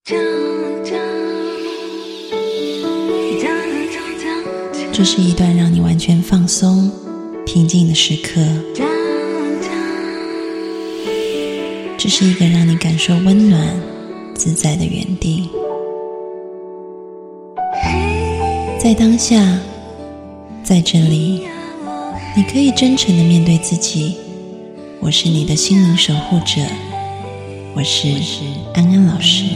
这是一段让你完全放松、平静的时刻。这是一个让你感受温暖、自在的园地。在当下，在这里，你可以真诚地面对自己。我是你的心灵守护者，我是安安老师。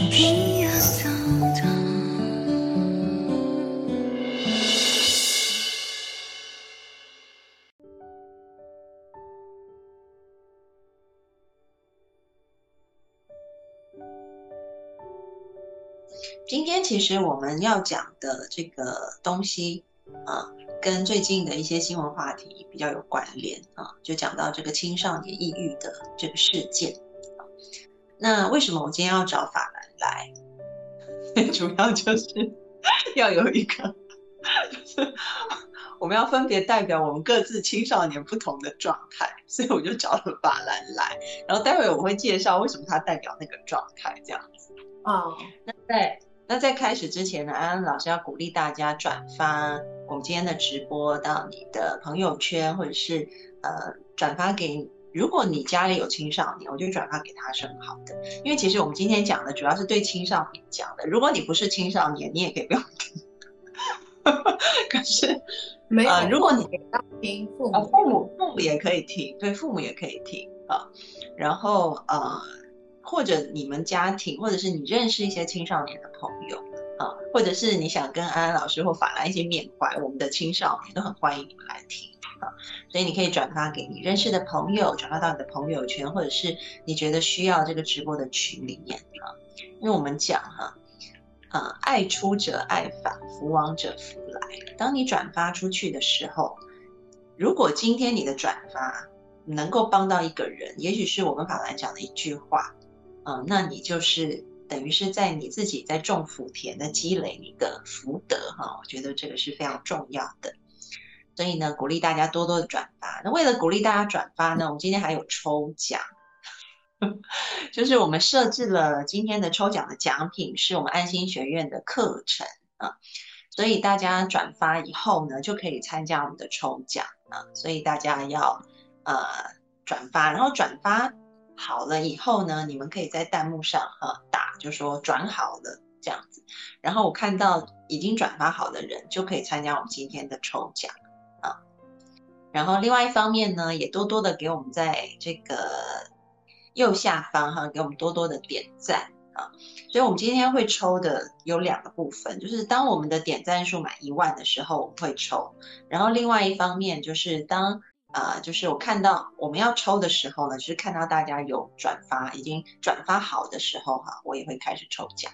今天其实我们要讲的这个东西跟最近的一些新闻话题比较有关联就讲到这个青少年抑郁的这个事件。那为什么我今天要找法兰来？主要就是要有一个就是我们要分别代表我们各自青少年不同的状态，所以我就找了法兰来，然后待会我会介绍为什么他代表那个状态这样子。那在开始之前呢，安安老师要鼓励大家转发我们今天的直播到你的朋友圈，或者是转发给，如果你家里有青少年，我就转发给他是很好的。因为其实我们今天讲的主要是对青少年讲的，如果你不是青少年，你也可以不用听。可是没有， 如果你听父母也可以听，对，父母也可以听然后或者你们家庭，或者是你认识一些青少年的朋友或者是你想跟安安老师或法兰一起缅怀我们的青少年，都很欢迎你们来听所以你可以转发给你认识的朋友，转发到你的朋友圈，或者是你觉得需要这个直播的群里面因为我们讲爱出者爱返，福往者福来。当你转发出去的时候，如果今天你的转发能够帮到一个人，也许是我跟法兰讲的一句话那你就是等于是在你自己在种福田的积累你的福德我觉得这个是非常重要的。所以呢，鼓励大家多多的转发。那为了鼓励大家转发呢，我们今天还有抽奖就是我们设置了今天的抽奖的奖品是我们安心学院的课程所以大家转发以后呢，就可以参加我们的抽奖所以大家要转发，然后转发好了以后呢，你们可以在弹幕上打，就说转好了这样子，然后我看到已经转发好的人就可以参加我们今天的抽奖然后另外一方面呢，也多多的给我们在这个右下方给我们多多的点赞所以我们今天会抽的有两个部分，就是当我们的点赞数满1万的时候我们会抽，然后另外一方面就是当就是我看到我们要抽的时候呢，就是看到大家有转发，已经转发好的时候我也会开始抽奖。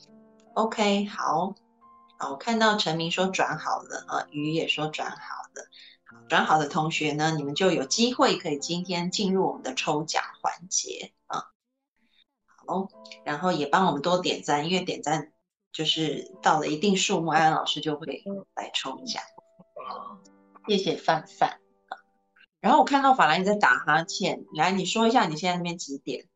OK 好我看到陈明说转好了鱼也说转好了，转好的同学呢，你们就有机会可以今天进入我们的抽奖环节好，然后也帮我们多点赞，因为点赞就是到了一定数目，安安老师就会来抽奖。谢谢范范然后我看到法兰你在打哈欠，来你说一下你现在那边几点？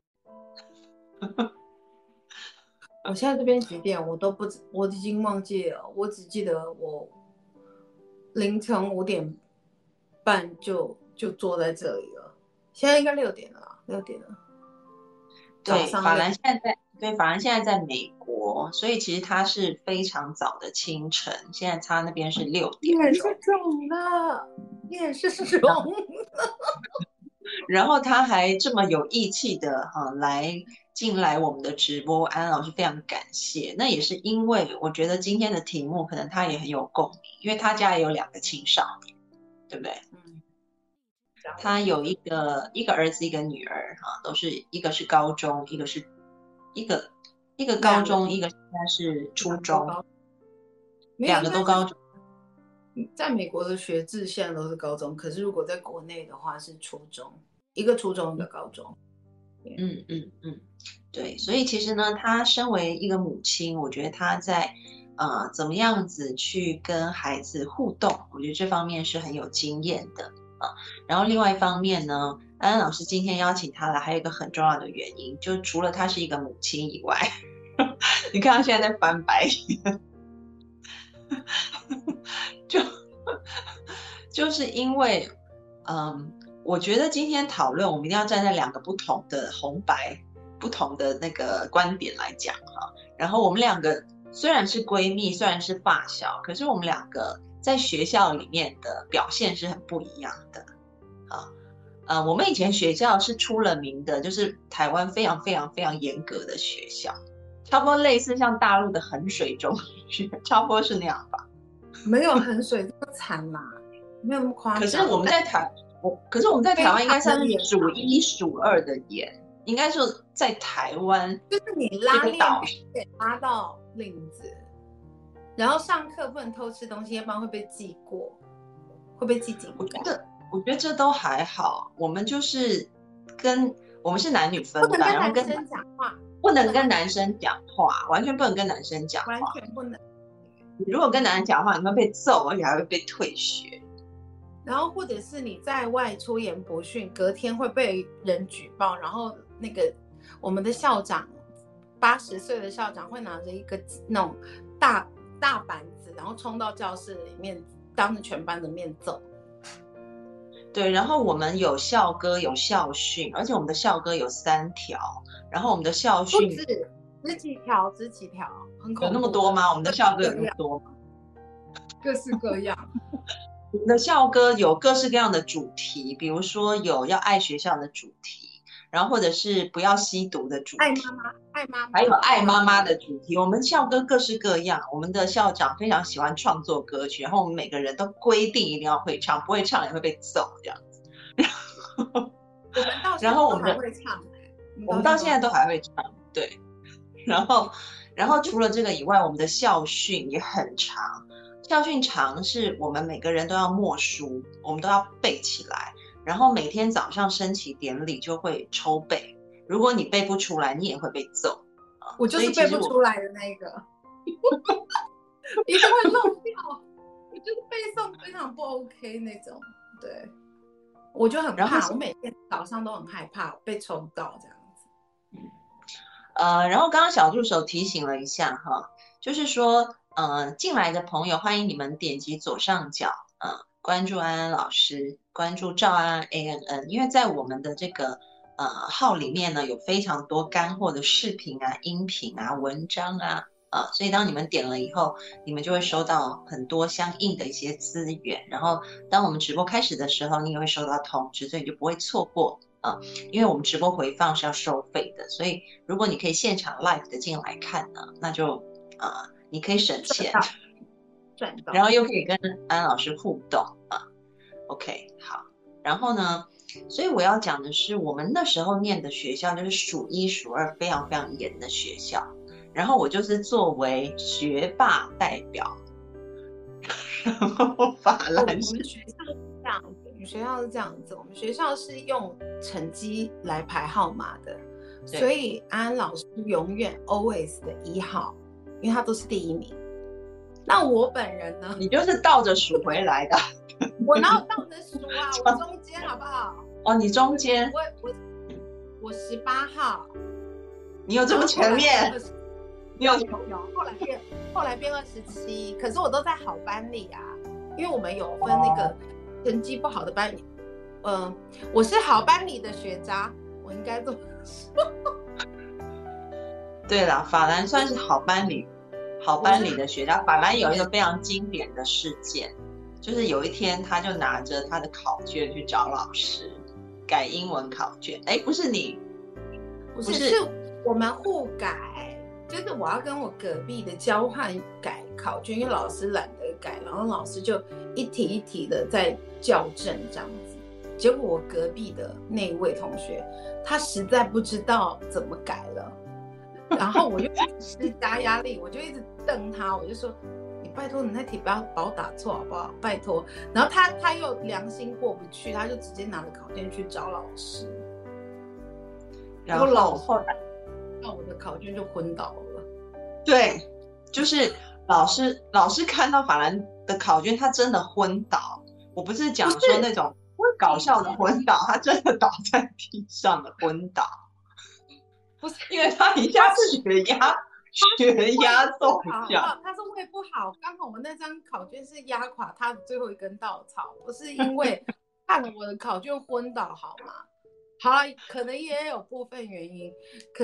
我现在这边几点我已经忘记了，我只记得我凌晨5点半就坐在这里了，现在应该6点了啦，6点了。 对，法兰现在在美国，所以其实他是非常早的清晨，现在他那边是6点。 你也是中了，你也是中了。 然后他还这么有义气的进来我们的直播，安安老师非常感谢。那也是因为我觉得今天的题目可能他也很有共鸣，因为他家也有2个青少年，对不对？他有一个儿子一个女儿都是一个是高中，一个高中，一个现在是初中，2个都高中。 在美国的学制现在都是高中，可是如果在国内的话是初中，一个初中一个高中。 对，所以其实呢，她身为一个母亲，我觉得她在怎么样子去跟孩子互动，我觉得这方面是很有经验的然后另外一方面呢，安安老师今天邀请她来，还有一个很重要的原因，就除了她是一个母亲以外， 你看他现在在翻白眼，就就是因为，我觉得今天讨论，我们一定要站在2个不同的红白、不同的那个观点来讲哈。然后我们2个虽然是闺蜜，虽然是发小，可是我们2个在学校里面的表现是很不一样的啊。我们以前学校是出了名的，就是台湾非常非常非常严格的学校，差不多类似像大陆的衡水中学，差不多是那样吧。 没有衡水这么惨啦，没有那么夸张。 可是我们在台湾应该算是数1数2的严，应该说在台湾就是你拉链得拉到领子，然后上课不能偷吃东西，要不然会被记过，会被记警告。 我觉得这都还好，我们就是我们是男女分班，然后跟男生讲话，不能跟男生讲话，完全不能跟男生讲话， 完全不能。 你如果跟男人讲话，你会被揍，而且还会被退学。 然后或者是你在外出言不逊，隔天会被人举报，然后那个我们的校长，80岁的校长会拿着一个那种大板子，然后冲到教室里面，当着全班的面揍。 对，然后我们有校歌，有校训，而且我们的校歌有3条，然后我们的校训不止十几条，很恐怖。 有那么多吗？我们的校歌有那么多吗？ 各式各样。 我们的校歌有各式各样的主题，比如说有要爱学校的主题，然后或者是不要吸毒的主题， 爱妈妈， 还有爱妈妈的主题。我们校歌各式各样，我们的校长非常喜欢创作歌曲，然后我们每个人都规定一定要会唱，不会唱也会被揍这样子。然后我们会唱， 我们到现在都还会唱，对。然后除了这个以外，我们的校训也很长。校训长是我们每个人都要默书，我们都要背起来，然后每天早上升旗典礼就会抽背。如果你背不出来，你也会被揍。 我就是背不出来的那个，一定会漏掉。我就是背诵非常不 OK 那种，对，我就很怕，我每天早上都很害怕被抽到这样子。 然后刚刚小助手提醒了一下哈，就是说，进来的朋友欢迎你们点击左上角，关注安安老师，关注赵安安 ANN， 因为在我们的这个号里面呢，有非常多干货的视频啊、音频啊、文章啊，所以当你们点了以后，你们就会收到很多相应的一些资源，然后当我们直播开始的时候，你也会收到通知，所以你就不会错过。因为我们直播回放是要收费的，所以如果你可以现场 live 的进来看呢，那就你可以省钱， 赚到， 然后又可以跟安老师互动OK， 好，然后呢，所以我要讲的是，我们那时候念的学校就是数1数2非常非常严的学校，然后我就是作为学霸代表，然后法兰是。我们学校是这样子，我们学校是用成绩来排号码的，所以安安老师永远 always 的1号，因为他都是第1名。那我本人呢？ 你就是倒着数回来的。 我哪有倒着数啊？我中间好不好？ 哦，你中间。 我18号。 你有这么全面？你有后来变27，可是我都在好班里啊，因为我们有分那个。成绩不好的班里，我是好班里的学渣，我应该这么说。 对啦，法兰算是好班里的学渣。法兰有一个非常经典的事件，就是有一天他就拿着他的考卷去找老师改英文考卷。哎，不是你， 不是我们互改，就是我要跟我隔壁的交换改考卷，因为老师懒得改，然后老师就一题一题的在校正这样子。结果我隔壁的那一位同学，他实在不知道怎么改了，然后我又施加压力，我就一直瞪他，我就说：“你拜托你那题不要把我打错好不好？拜托。”然后他又良心过不去，他就直接拿着考卷去找老师， 然后后来那我的考卷就昏倒了。 对，就是老师看到法兰的考卷，他真的昏倒。我不是讲说那种搞笑的昏倒，他真的倒在地上的昏倒。不是因为他一下血压血压骤降。 他是胃不好，刚好我那张考卷是压垮他的最后一根稻草，不是因为看了我的考卷昏倒好吗？好了，可能也有部分原因，可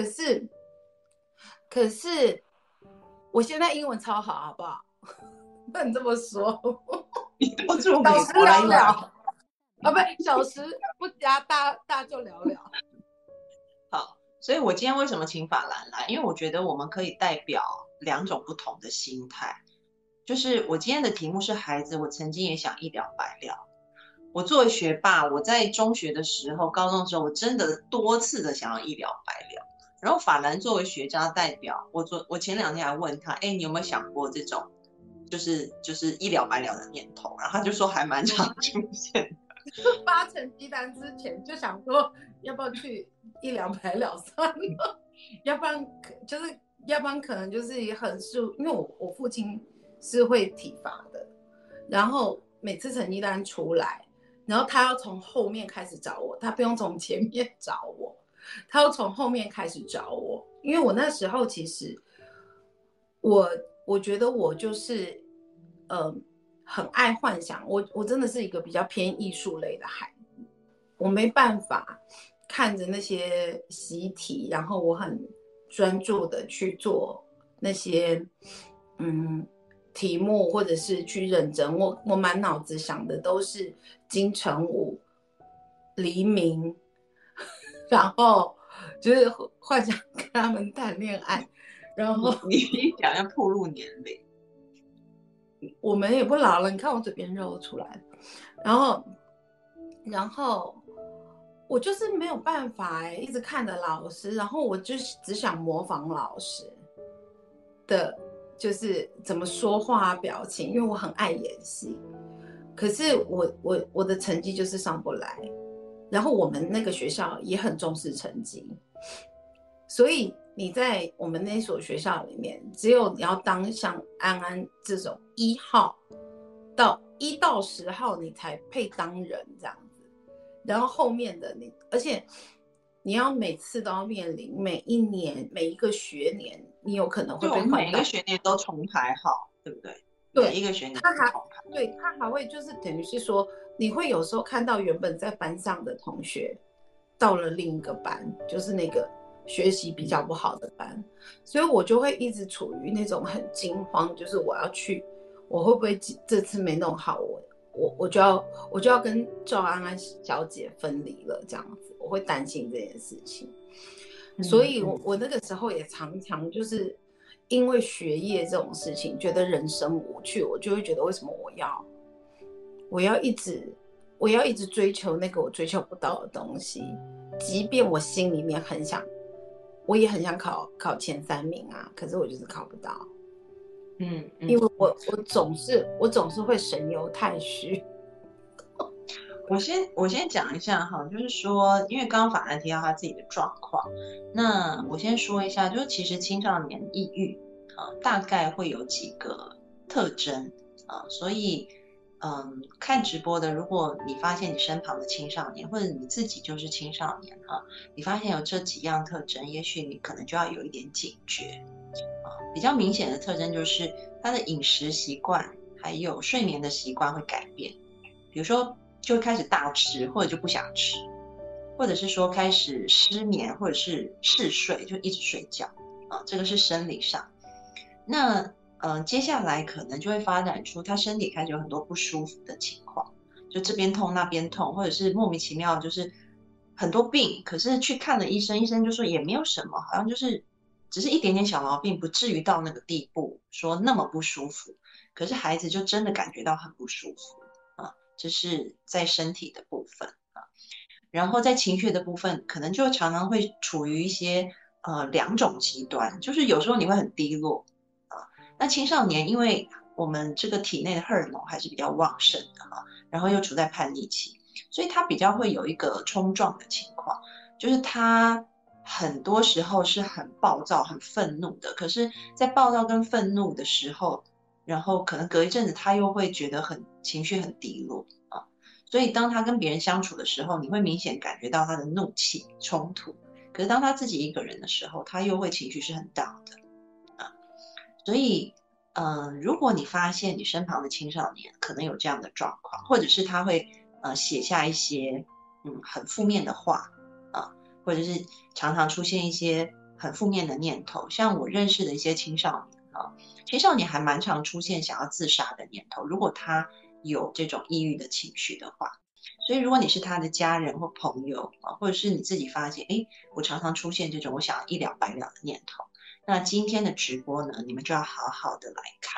是我现在英文超好，好不好？不能这么说。 你都住美小时国了聊聊啊，不，小时不加大就聊聊。 好，所以我今天为什么请法兰来？因为我觉得我们可以代表2种不同的心态。就是我今天的题目是孩子，我曾经也想一了百了。我作为学霸，我在中学的时候、高中的时候，我真的多次的想要一了百了。然后法兰作为学渣代表，我前2天还问他，哎，你有没有想过这种，就是一了百了的念头？然后他就说还蛮常出现的。 发成绩单之前就想说，要不要去一了百了算了，要不然可能就是很数，因为我父亲是会体罚的，然后每次成绩单出来，然后他要从后面开始找我，他不用从前面找我，他要从后面开始找我，因为我那时候其实我觉得我就是很爱幻想，我真的是一个比较偏艺术类的孩子，我没办法看着那些习题，然后我很专注的去做那些题目，或者是去认真，我满脑子想的都是金城武、黎明，然后就是幻想跟他们谈恋爱，然后你一讲要暴露年龄。 我们也不老了，你看我嘴边肉出来，然后我就是没有办法一直看着老师，然后我就只想模仿老师的，就是怎么说话啊、表情，因为我很爱演戏。可是我的成绩就是上不来，然后我们那个学校也很重视成绩，所以你在我们那所学校里面，只有你要当像安安这种1号到1到10号，你才配当人这样子。然后后面的你，而且你要每次都要面临每一年每一个学年，你有可能会被换到每一个学年都重排好，对不对？ 对， 每一个学年他还会就是等于是说，你会有时候看到原本在班上的同学到了另一个班，就是那个学习比较不好的班，所以我就会一直处于那种很惊慌，就是我会不会这次没弄好，我就要跟赵安安小姐分离了，这样子，我会担心这件事情。所以我那个时候也常常就是因为学业这种事情，觉得人生无趣，我就会觉得为什么我要一直追求那个我追求不到的东西，即便我心里面我也很想考前3名啊，可是我就是考不到。因为我总是会神游太虚。 我先讲一下哈，就是说，因为刚刚法兰提到他自己的状况，那我先说一下，就是其实青少年抑郁大概会有几个特征所以看直播的，如果你发现你身旁的青少年，或者你自己就是青少年你发现有这几样特征，也许你可能就要有一点警觉比较明显的特征就是他的饮食习惯还有睡眠的习惯会改变，比如说就开始大吃，或者就不想吃，或者是说开始失眠，或者是嗜睡，就一直睡觉这个是生理上。那接下来可能就会发展出他身体开始有很多不舒服的情况，就这边痛那边痛，或者是莫名其妙就是很多病，可是去看了医生，医生就说也没有什么，好像就是只是一点点小毛病，不至于到那个地步说那么不舒服，可是孩子就真的感觉到很不舒服这是在身体的部分然后在情绪的部分，可能就常常会处于一些2种极端，就是有时候你会很低落那青少年因为我们这个体内的荷尔蒙还是比较旺盛的然后又处在叛逆期，所以他比较会有一个冲撞的情况，就是他很多时候是很暴躁、很愤怒的，可是在暴躁跟愤怒的时候，然后可能隔一阵子他又会觉得情绪很低落所以当他跟别人相处的时候，你会明显感觉到他的怒气冲突，可是当他自己一个人的时候，他又会情绪是很 down 的所以如果你发现你身旁的青少年可能有这样的状况，或者是他会写下一些很负面的话或者是常常出现一些很负面的念头，像我认识的一些青少年青少年还蛮常出现想要自杀的念头，如果他有这种抑郁的情绪的话。所以如果你是他的家人或朋友或者是你自己发现我常常出现这种我想要一了百了的念头，那今天的直播呢，你们就要好好的来看。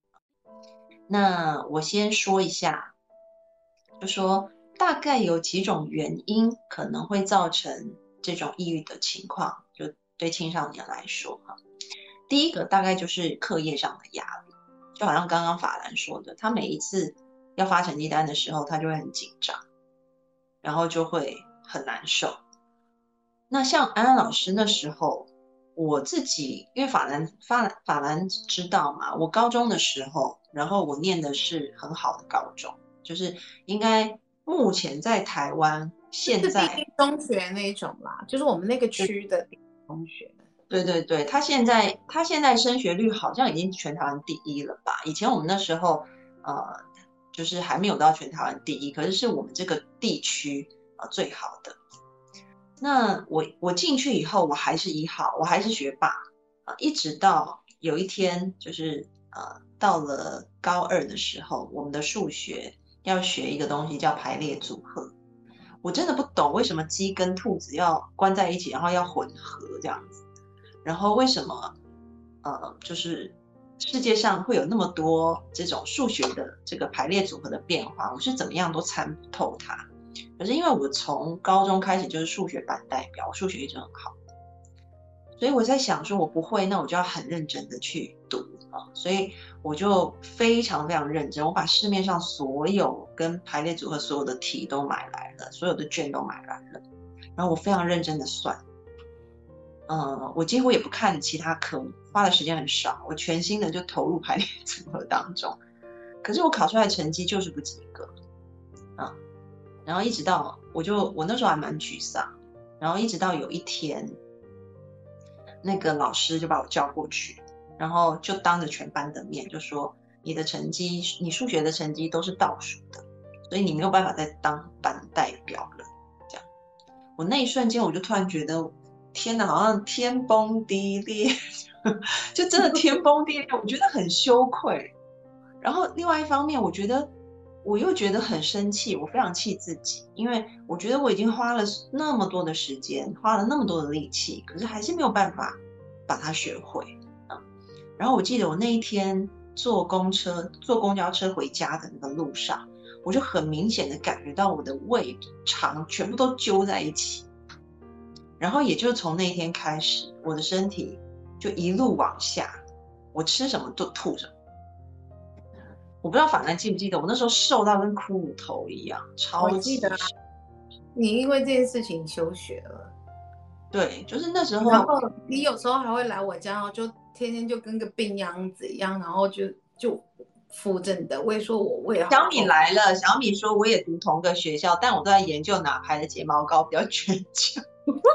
那我先说一下，就说大概有几种原因可能会造成这种抑郁的情况，就对青少年来说第一个大概就是课业上的压力，就好像刚刚法兰说的，他每一次要发成绩单的时候，他就会很紧张，然后就会很难受。那像安安老师那时候，我自己因为法兰知道嘛，我高中的时候，然后我念的是很好的高中，就是应该目前在台湾现在是第一中学那一种啦，就是我们那个区的第一中学。 对对对，他现在升学率好像已经全台湾第一了吧？以前我们那时候就是还没有到全台湾第一，可是是我们这个地区最好的。那我进去以后，我还是1号，我还是学霸一直到有一天，就是到了高2的时候，我们的数学要学一个东西叫排列组合。我真的不懂为什么鸡跟兔子要关在一起，然后要混合这样子，然后为什么就是世界上会有那么多这种数学的这个排列组合的变化，我是怎么样都参不透它。可是因为我从高中开始就是数学班代表，我数学一直很好，所以我在想说我不会，那我就要很认真的去读所以我就非常非常认真，我把市面上所有跟排列组合所有的题都买来了，所有的卷都买来了，然后我非常认真的算，我几乎也不看其他科，花的时间很少，我全心的就投入排列组合当中，可是我考出来的成绩就是不及格然后一直到我那时候还蛮沮丧，然后一直到有一天，那个老师就把我叫过去，然后就当着全班的面就说你的成绩，你数学的成绩都是倒数的，所以你没有办法再当班代表了。这样，我那一瞬间我就突然觉得，天哪，好像天崩地裂，就真的天崩地裂，我觉得很羞愧。然后另外一方面，我又觉得很生气，我非常气自己，因为我觉得我已经花了那么多的时间，花了那么多的力气，可是还是没有办法把它学会然后我记得我那一天坐公交车回家的那个路上，我就很明显的感觉到我的胃肠全部都揪在一起，然后也就从那一天开始，我的身体就一路往下，我吃什么都吐什么。我不知道法兰记不记得，我那时候瘦到跟骷髅头一样，超级我记得你因为这件事情休学了， 对，就是那时候。 然后你有时候还会来我家，然后就天天就跟个病秧子一样，然后就扶着你的胃，说我胃好痛。 小米来了，小米说我也读同个学校，但我都在研究哪牌的睫毛膏比较全球。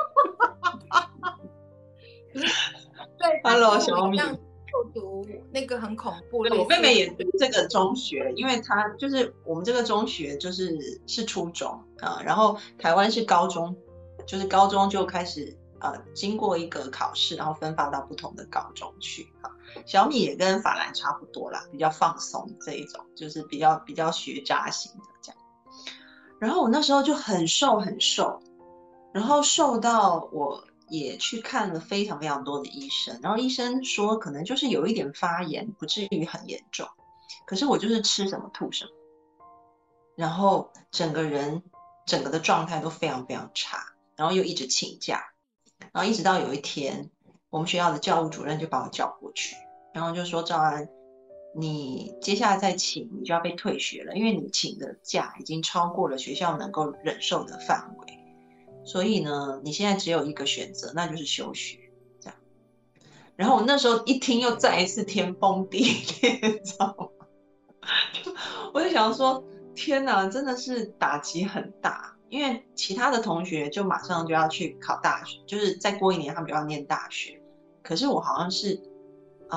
对 Hello， 小米。 就读那个很恐怖。 对，我妹妹也读这个中学，因为她就是我们这个中学是初中然后台湾是高中，就是高中就开始经过一个考试，然后分发到不同的高中去小米也跟法兰差不多啦，比较放松这一种，就是比较学渣型的这样。然后我那时候就很瘦很瘦，然后瘦到我也去看了非常非常多的医生，然后医生说可能就是有一点发炎，不至于很严重。可是我就是吃什么吐什么，然后整个的状态都非常非常差，然后又一直请假，然后一直到有一天，我们学校的教务主任就把我叫过去，然后就说赵安，你接下来再请，你就要被退学了，因为你请的假已经超过了学校能够忍受的范围。所以呢，你现在只有一个选择，那就是休学，这样。然后我那时候一听，又再一次天崩地裂，你知道吗？我就想说，天哪，真的是打击很大。因为其他的同学就马上就要去考大学，就是再过1年他们就要念大学。可是我好像是，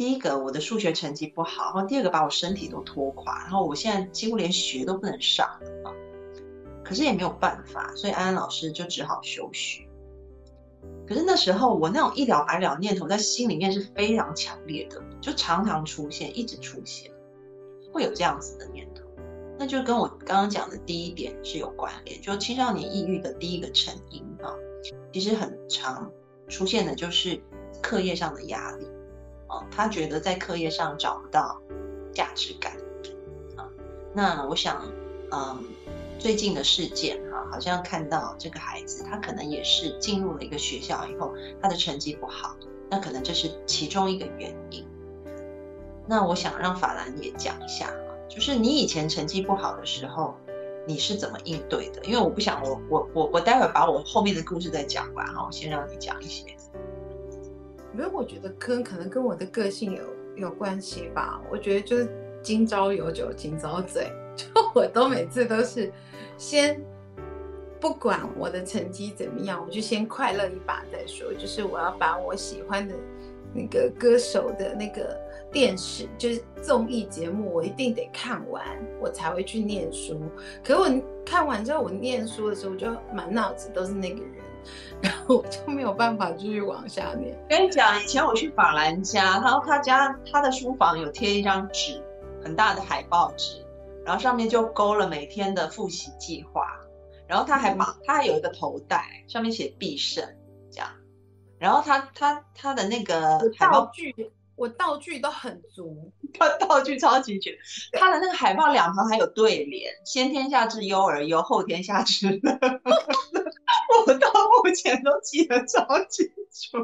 第一个我的数学成绩不好，然后第二个把我身体都拖垮，然后我现在几乎连学都不能上了。可是也没有办法，所以安安老师就只好休学。可是那时候我那种一了百了念头在心里面是非常强烈的，就常常出现，一直出现，会有这样子的念头。那就跟我刚刚讲的第一点是有关联，就青少年抑郁的第一个成因啊，其实很常出现的就是课业上的压力啊，他觉得在课业上找不到价值感啊。那我想，最近的事件啊，好像看到这个孩子，他可能也是进入了一个学校以后，他的成绩不好，那可能这是其中一个原因。那我想让法兰也讲一下啊，就是你以前成绩不好的时候，你是怎么应对的？因为我不想我待会儿把我后面的故事再讲完哈，我先让你讲一些。 因为我觉得可能跟我的个性有关系吧。我觉得就是今朝有酒今朝醉，就我都每次都是先不管我的成绩怎么样，我就先快乐一把再说。就是我要把我喜欢的那个歌手的那个电视，就是综艺节目，我一定得看完，我才会去念书。可是我看完之后，我念书的时候，我就满脑子都是那个人，然后我就没有办法继续往下念。 跟你讲，以前我去法兰家，他的书房有贴一张纸，很大的海报纸，然后上面就勾了每天的复习计划，然后他还有一个头带，上面写必胜这样，然后他的那个海报我道具都很足， 他道具超级全，他的那个海报两旁还有对联，先天下之忧而忧，后天下之乐。我到目前都记得超清楚。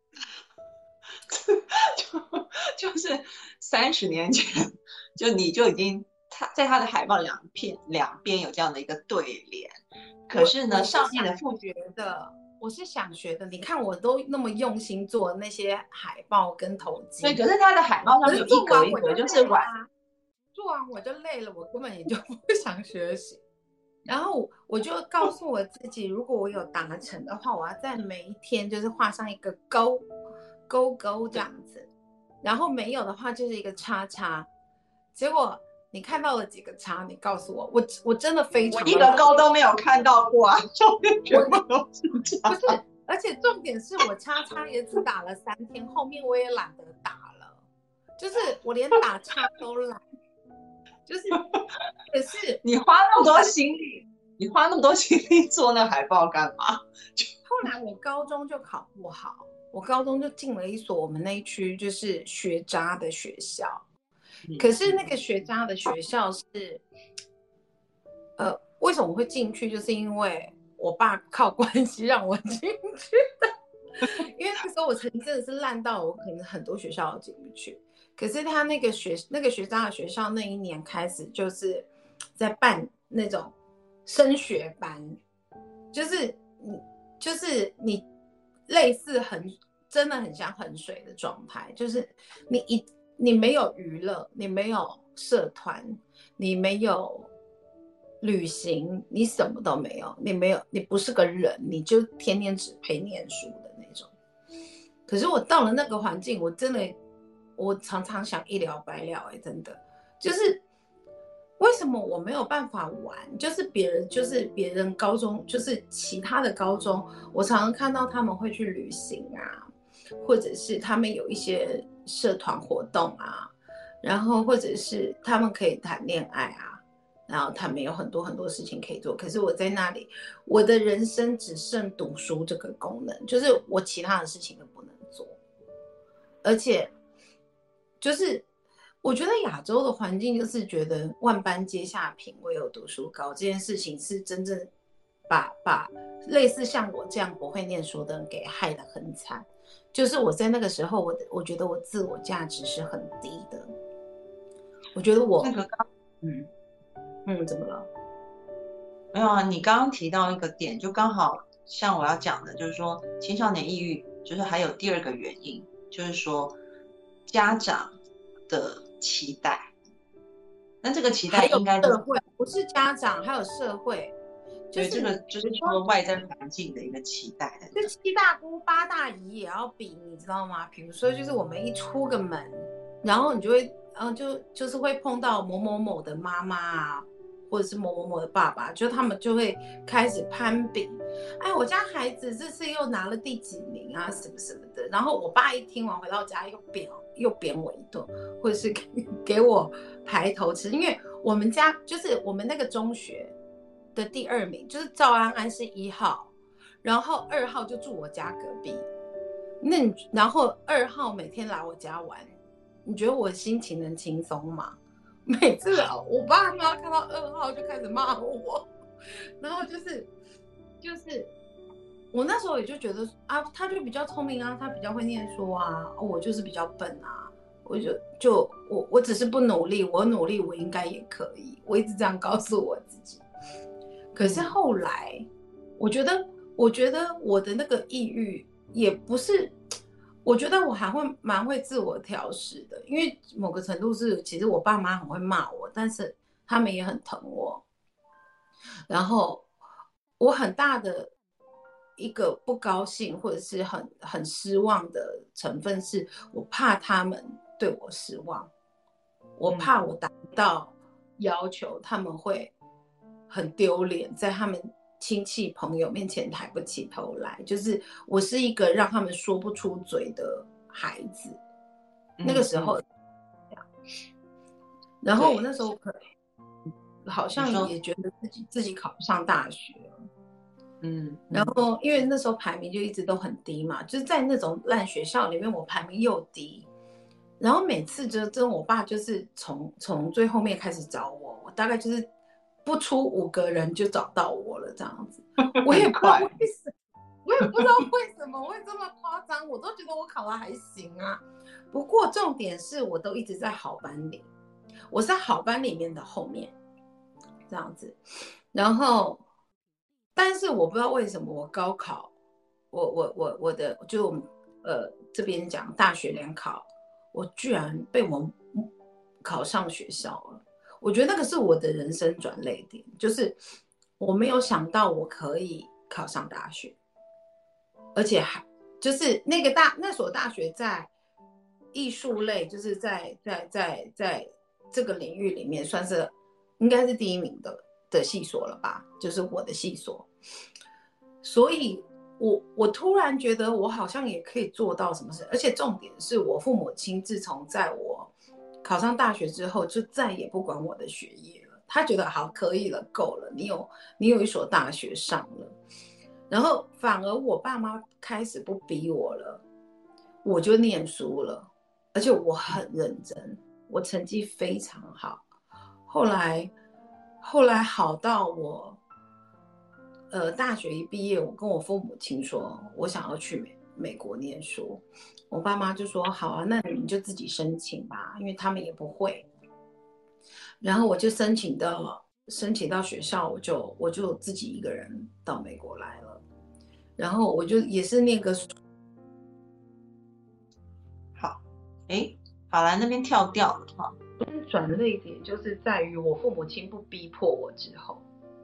就是30年前，你就已经在他的海报两边有这样的一个对联，可是呢，上面的复学的，我是想学的。你看我都那么用心做那些海报跟头巾， 对，可是他的海报上面有一格一格，就是做完我就累了，我根本也就不想学习。然后我就告诉我自己，如果我有达成的话，我要在每一天就是画上一个勾这样子，然后没有的话就是一个叉叉。结果你看到了几个叉？你告诉我，我真的非常， 我一个勾都没有看到过啊，上面全部都是叉。 不是，而且重点是我叉叉也只打了3天，后面我也懒得打了，就是我连打叉都懒。就是，可是你花那么多心力做那海报干嘛？ 后来我高中就考不好，我高中就进了一所我们那一区就是学渣的学校。可是那个学渣的学校是，为什么我会进去？就是因为我爸靠关系让我进去的。因为那时候我成绩真的是烂到我可能很多学校都进不去。可是他那个学渣的学校那一年开始就是在办那种升学班，就是你类似真的很像衡水的状态，就是你没有娱乐，你没有社团，你没有旅行，你什么都没有，你不是个人，你就天天只陪念书的那种。可是我到了那个环境，我常常想一了百了，真的就是为什么我没有办法玩？就是别人高中，就是其他的高中，我常常看到他们会去旅行啊，或者是他们有一些社团活动啊，然后或者是他们可以谈恋爱啊，然后他们有很多很多事情可以做。可是我在那里，我的人生只剩读书这个功能，就是我其他的事情都不能做，而且就是我觉得亚洲的环境就是觉得万般皆下品，唯有读书高，这件事情是真正把类似像我这样不会念书的人给害得很惨。就是我在那个时候，我觉得我自我价值是很低的。我觉得我那个怎么了？ 没有啊，你刚刚提到一个点，就刚好像我要讲的，就是说青少年抑郁，就是还有第二个原因，就是说家长的期待。那这个期待应该社会，不是家长，还有社会。 对，这个就是说外在环境的一个期待。 就7大姑8大姨也要比，你知道吗？比如说，就是我们一出个门， 然后你就会就是会碰到某某某的妈妈啊，或者是某某某的爸爸，就他们就会开始攀比，哎，我家孩子这次又拿了第几名啊，什么什么的。然后我爸一听完回到家又扁我一顿，或者是给我排头吃，因为我们家就是我们那个中学的第2名，就是赵安安是1号，然后2号就住我家隔壁。然后2号每天来我家玩，你觉得我心情能轻松吗？每次我爸妈看到2号就开始骂我，然后就是我那时候也就觉得啊，他就比较聪明啊，他比较会念书啊，我就是比较笨啊，我只是不努力，我努力我应该也可以，我一直这样告诉我自己。可是后来，我觉得我的那个抑郁也不是，我觉得我还会蛮会自我调试的，因为某个程度是，其实我爸妈很会骂我，但是他们也很疼我。然后我很大的一个不高兴或者是很失望的成分是，我怕他们对我失望，我怕我达不到要求，他们会很丢脸，在他们亲戚朋友面前抬不起头来，就是我是一个让他们说不出嘴的孩子。那个时候，然后我那时候好像也觉得自己考不上大学了。然后因为那时候排名就一直都很低嘛，就是在那种烂学校里面，我排名又低，然后每次就我爸就是从最后面开始找我，我大概就是不出5个人就找到我了这样子。我也不知道为什么会这么夸张，我都觉得我考得还行啊。不过重点是我都一直在好班里，我是在好班里面的后面这样子，然后但是我不知道为什么我高考，我的就这边讲大学联考，我居然被我考上学校了。我觉得那个是我的人生转捩点，就是我没有想到我可以考上大学，而且还就是那所大学在艺术类，就是在这个领域里面算是应该是第1名的系所了吧，就是我的系所。所以我突然觉得我好像也可以做到什么事，而且重点是我父母亲自从在我考上大学之后就再也不管我的学业了，他觉得好可以了，够了，你有一所大学上了，然后反而我爸妈开始不逼我了，我就念书了，而且我很认真，我成绩非常好。后来好到我大学一毕业，我跟我父母亲说我想要去美国念书，我爸妈就说好啊，那你就自己申请吧，因为他们也不会。然后我就申请到学校，我就自己一个人到美国来了。然后我就也是那个好，法兰那边跳掉了哈。 转捩点就是在于我父母亲不逼迫我之后。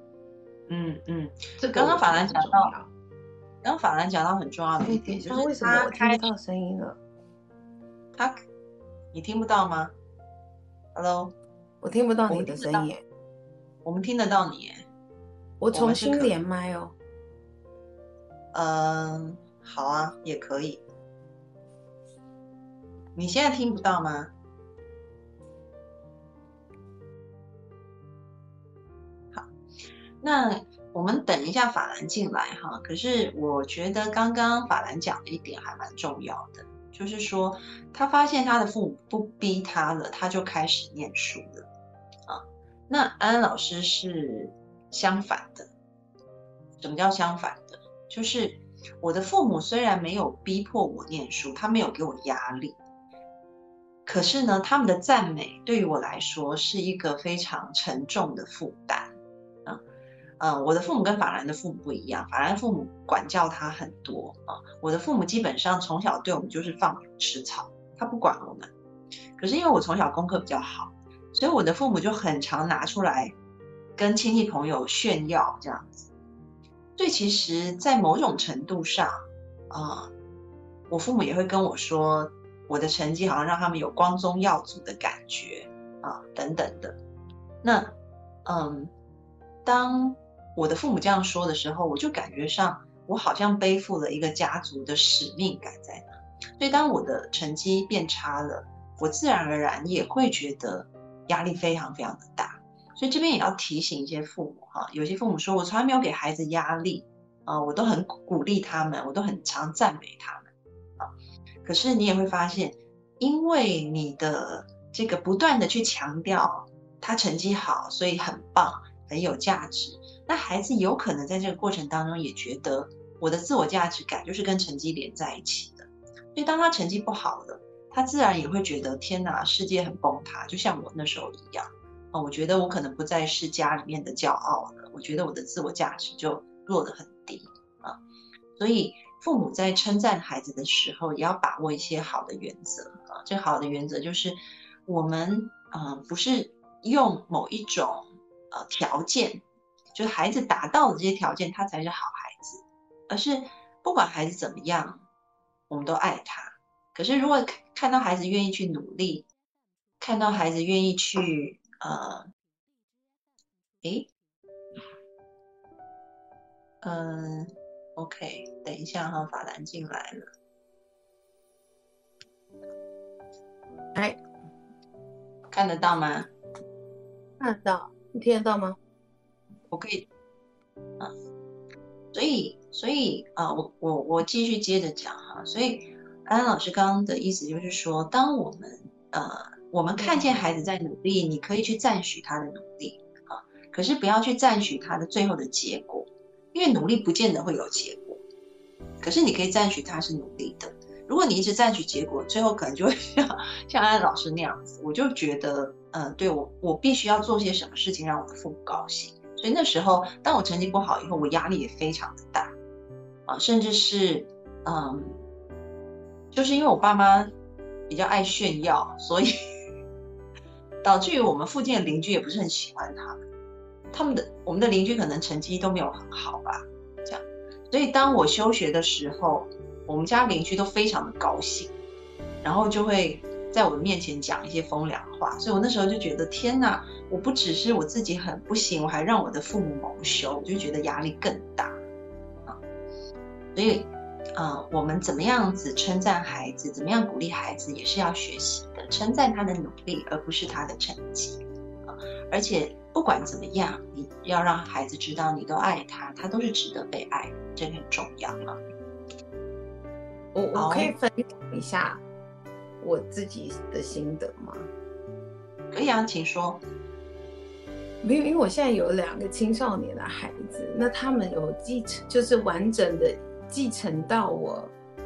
刚刚法兰讲到很重要的一点，就是为什么我听不到声音了？ 你听不到吗 ？Hello， 我听不到你的声音。 我们听得到你。 我重新连麦哦。 好啊，也可以。你现在听不到吗？好，那我们等一下法兰进来哈。可是我觉得刚刚法兰讲的一点还蛮重要的，就是说他发现他的父母不逼他了，他就开始念书了啊。那安安老师是相反的。什么叫相反的？就是我的父母虽然没有逼迫我念书，他没有给我压力，可是呢，他们的赞美对于我来说是一个非常沉重的负担。我的父母跟法兰的父母不一样，法兰父母管教他很多啊，我的父母基本上从小对我们就是放牛吃草，他不管我们。可是因为我从小功课比较好，所以我的父母就很常拿出来跟亲戚朋友炫耀这样子。所以其实在某种程度上我父母也会跟我说， 我的成绩好像让他们有光宗耀祖的感觉啊，等等的。那当我的父母这样说的时候，我就感觉上我好像背负了一个家族的使命感在那。所以当我的成绩变差了，我自然而然也会觉得压力非常非常的大。所以这边也要提醒一些父母哈，有些父母说我从来没有给孩子压力我都很鼓励他们，我都很常赞美他们可是你也会发现，因为你的这个不断的去强调他成绩好，所以很棒，很有价值，那孩子有可能在这个过程当中也觉得我的自我价值感就是跟成绩连在一起的。所以当他成绩不好了，他自然也会觉得天哪，世界很崩塌，就像我那时候一样我觉得我可能不再是家里面的骄傲了，我觉得我的自我价值就落得很低所以父母在称赞孩子的时候，也要把握一些好的原则这个好的原则就是我们不是用某一种条件，就是孩子达到的这些条件，他才是好孩子，而是不管孩子怎么样，我们都爱他。可是如果看到孩子愿意去努力，看到孩子愿意去OK， 等一下哈，法兰进来了。看得到吗？ 看得到，你听得到吗？ 我可以，所以我继续接着讲哈。所以安安老师刚刚的意思就是说，当我们看见孩子在努力，你可以去赞许他的努力可是不要去赞许他的最后的结果，因为努力不见得会有结果，可是你可以赞许他是努力的。如果你一直赞许结果，最后可能就会像安安老师那样子，我就觉得对我必须要做些什么事情让我的父母高兴。所以那时候当我成绩不好以后，我压力也非常的大甚至是就是因为我爸妈比较爱炫耀，所以导致于我们附近的邻居也不是很喜欢我们的邻居可能成绩都没有很好吧这样。所以当我休学的时候，我们家邻居都非常的高兴，然后就会在我的面前讲一些风凉话。所以我那时候就觉得天哪，我不只是我自己很不行，我还让我的父母蒙羞，我就觉得压力更大所以我们怎么样子称赞孩子，怎么样鼓励孩子，也是要学习的。称赞他的努力，而不是他的成绩而且不管怎么样，你要让孩子知道你都爱他，他都是值得被爱的，这个很重要我可以分享一下我自己的心得吗？ 可以啊，请说。 因为我现在有2个青少年的孩子，那他们有继承，就是完整的继承到我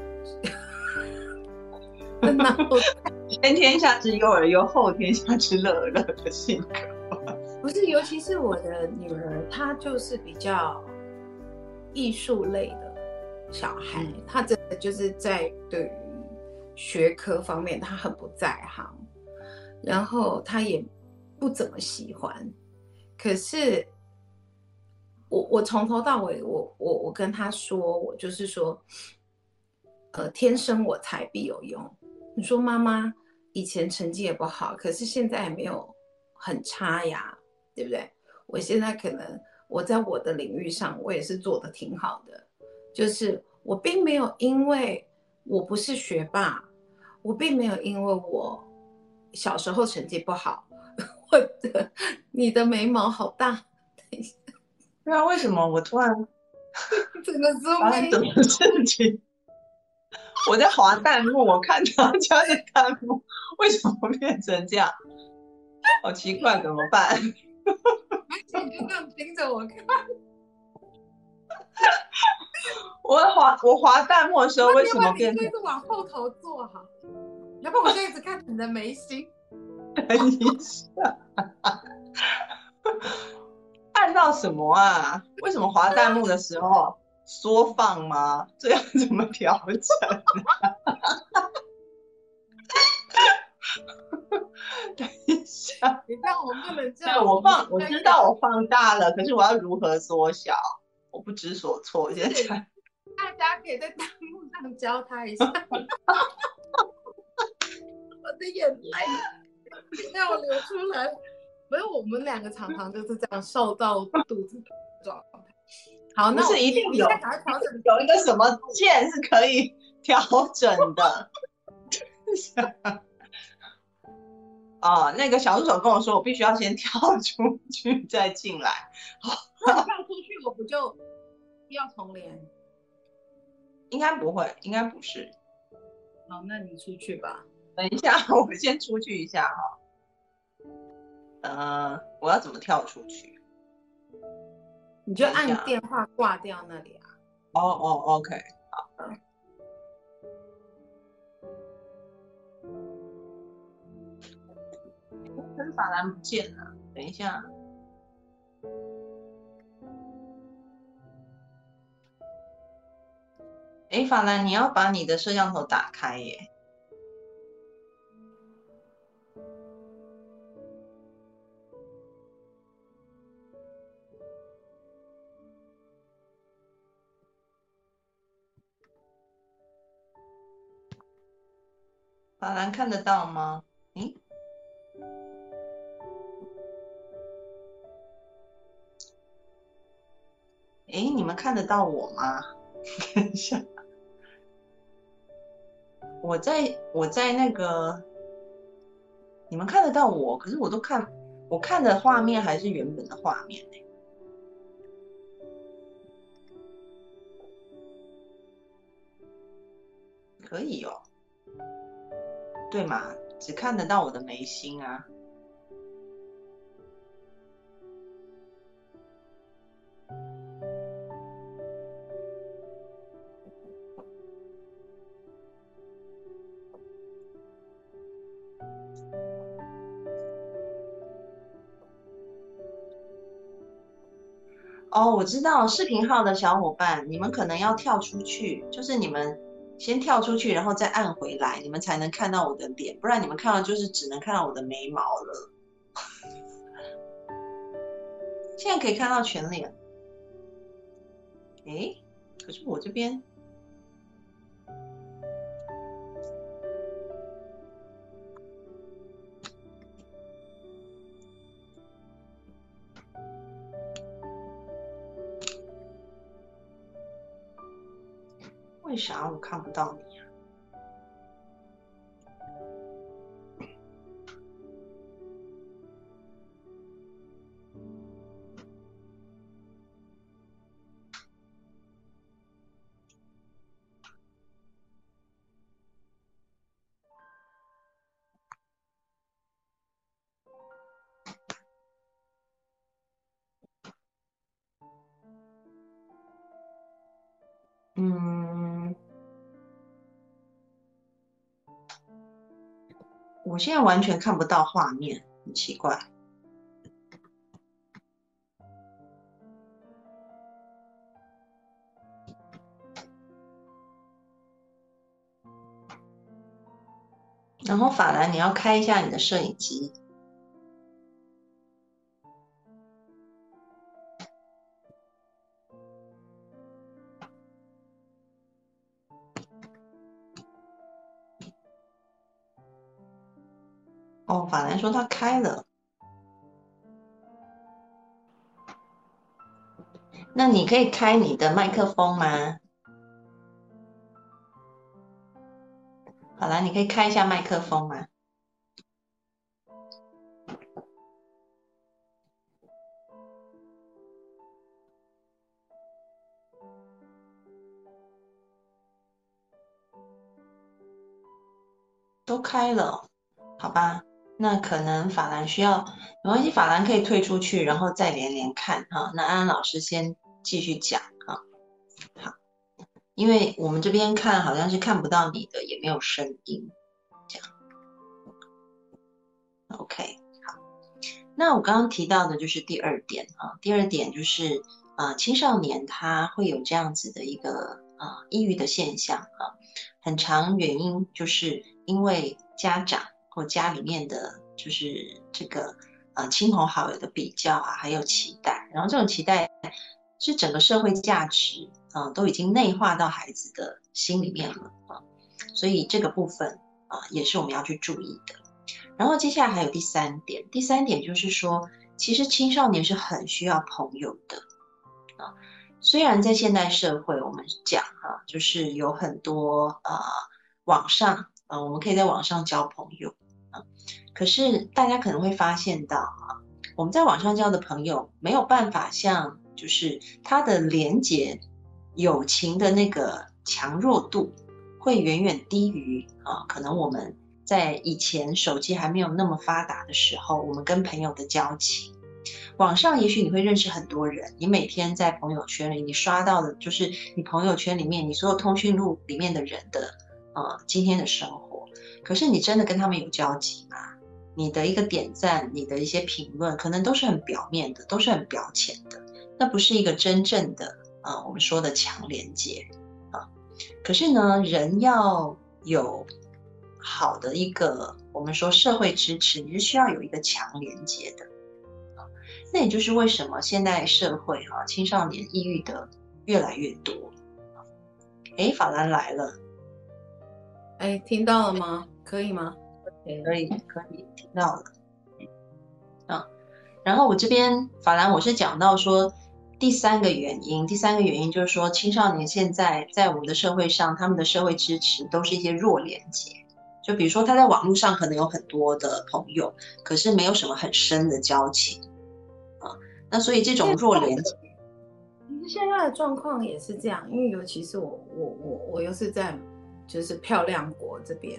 先天下之忧而忧，后天下之乐而乐的性格。 不是，尤其是我的女儿，她就是比较艺术类的小孩，她真的就是在对于学科方面她很不在行，然后她也不怎么喜欢。可是我从头到尾，我跟她说，我就是说，天生我材必有用。你说妈妈以前成绩也不好，可是现在也没有很差呀，对不对？我现在可能我在我的领域上我也是做得挺好的，就是我并没有因为我不是学霸，我并没有因为我小时候成绩不好，或者你的眉毛好大， 对啊，为什么我突然整个发生什么事情？我在滑弹幕，我看到家的弹幕为什么变成这样？好奇怪，怎么办？ 你就这样盯着我看。 我滑弹幕的时候为什么变成？ 你是往后头坐好，要不然我就一直看你的眉心。 等一下，按到什么啊？为什么滑弹幕的时候缩放吗？这样怎么调整等一下， 你这样我不能这样。 我知道我放大了，可是我要如何缩小？我不知所措。现在大家可以在弹幕上教他一下。 我的眼泪要流出来了。没有，我们两个常常就是这样瘦到肚子的状态。好， 不那是一定有现在赶快调整， 有一个什么键是可以调整的。哦，那个小助手跟我说，我必须要先跳出去再进来。 那你跳出去，我不就要重连？ 应该不会，应该不是。 好，那你出去吧。 等一下，我先出去一下哈。我要怎么跳出去？ 你就按电话挂掉那里啊。 OK， 好。可是法兰不见了，等一下。哎，法兰，你要把你的摄像头打开耶。法兰看得到吗？诶，你们看得到我吗？等一下，我在那个，你们看得到我，可是我看的画面还是原本的画面欸。可以哦，对嘛？只看得到我的眉心啊。哦，我知道视频号的小伙伴，你们可能要跳出去，就是你们先跳出去，然后再按回来，你们才能看到我的脸，不然你们看到就是只能看到我的眉毛了。现在可以看到全脸。诶，可是我这边为啥我看不到你啊？我现在完全看不到画面，很奇怪。然后法兰，你要开一下你的摄影机。哦，法兰说他开了。那你可以开你的麦克风吗？好啦，你可以开一下麦克风吗？都开了，好吧？那可能法兰需要，没关系，法兰可以退出去，然后再连连看哈。那安安老师先继续讲哈。好，因为我们这边看好像是看不到你的，也没有声音，这样。OK， 好。那我刚刚提到的就是第二点啊，第二点就是青少年他会有这样子的一个抑郁的现象啊，很常原因就是因为家长或家里面的就是这个亲朋好友的比较啊，还有期待，然后这种期待是整个社会价值都已经内化到孩子的心里面了啊，所以这个部分也是我们要去注意的。然后接下来还有第三点，第三点就是说，其实青少年是很需要朋友的啊。虽然在现代社会，我们讲就是有很多网上我们可以在网上交朋友可是大家可能会发现到我们在网上交的朋友没有办法像就是他的连结友情的那个强弱度会远远低于可能我们在以前手机还没有那么发达的时候，我们跟朋友的交情。网上也许你会认识很多人，你每天在朋友圈里你刷到的就是你朋友圈里面你所有通讯录里面的人的今天的生活，可是你真的跟他们有交集吗？你的一个点赞，你的一些评论可能都是很表面的，都是很表浅的，那不是一个真正的我们说的强连接可是呢，人要有好的一个我们说社会支持，你是需要有一个强连接的那也就是为什么现代社会青少年抑郁的越来越多。法兰来了， 听到了吗？可以吗？ 可以听到了然后我这边法兰我是讲到说第三个原因就是说青少年现在在我们的社会上，他们的社会支持都是一些弱连结，就比如说他在网络上可能有很多的朋友，可是没有什么很深的交情那所以这种弱连结， 其实现在的状况也是这样，因为尤其是我又是在就是漂亮国这边，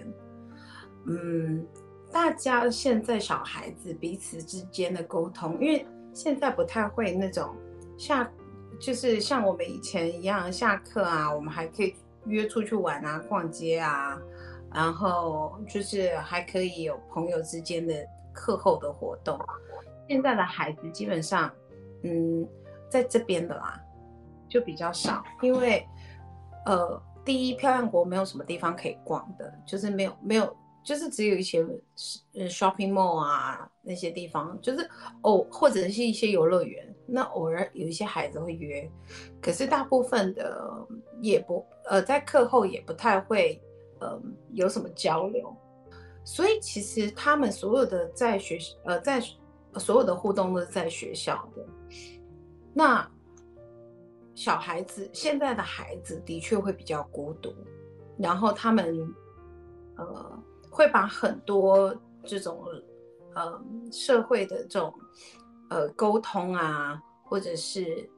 大家现在小孩子彼此之间的沟通，因为现在不太会那种就是像我们以前一样下课我们还可以约出去玩逛街然后就是还可以有朋友之间的课后的活动。现在的孩子基本上在这边的就比较少，因为第一漂亮国没有什么地方可以逛的，就是没有就是只有一些shopping mall那些地方，就是或者是一些游乐园，那偶尔有一些孩子会约，可是大部分的也不在课后也不太会有什么交流，所以其实他们所有的在所有的互动都是在学校的。那小孩子现在的孩子的确会比较孤独，然后他们会把很多这种社会的这种沟通或者是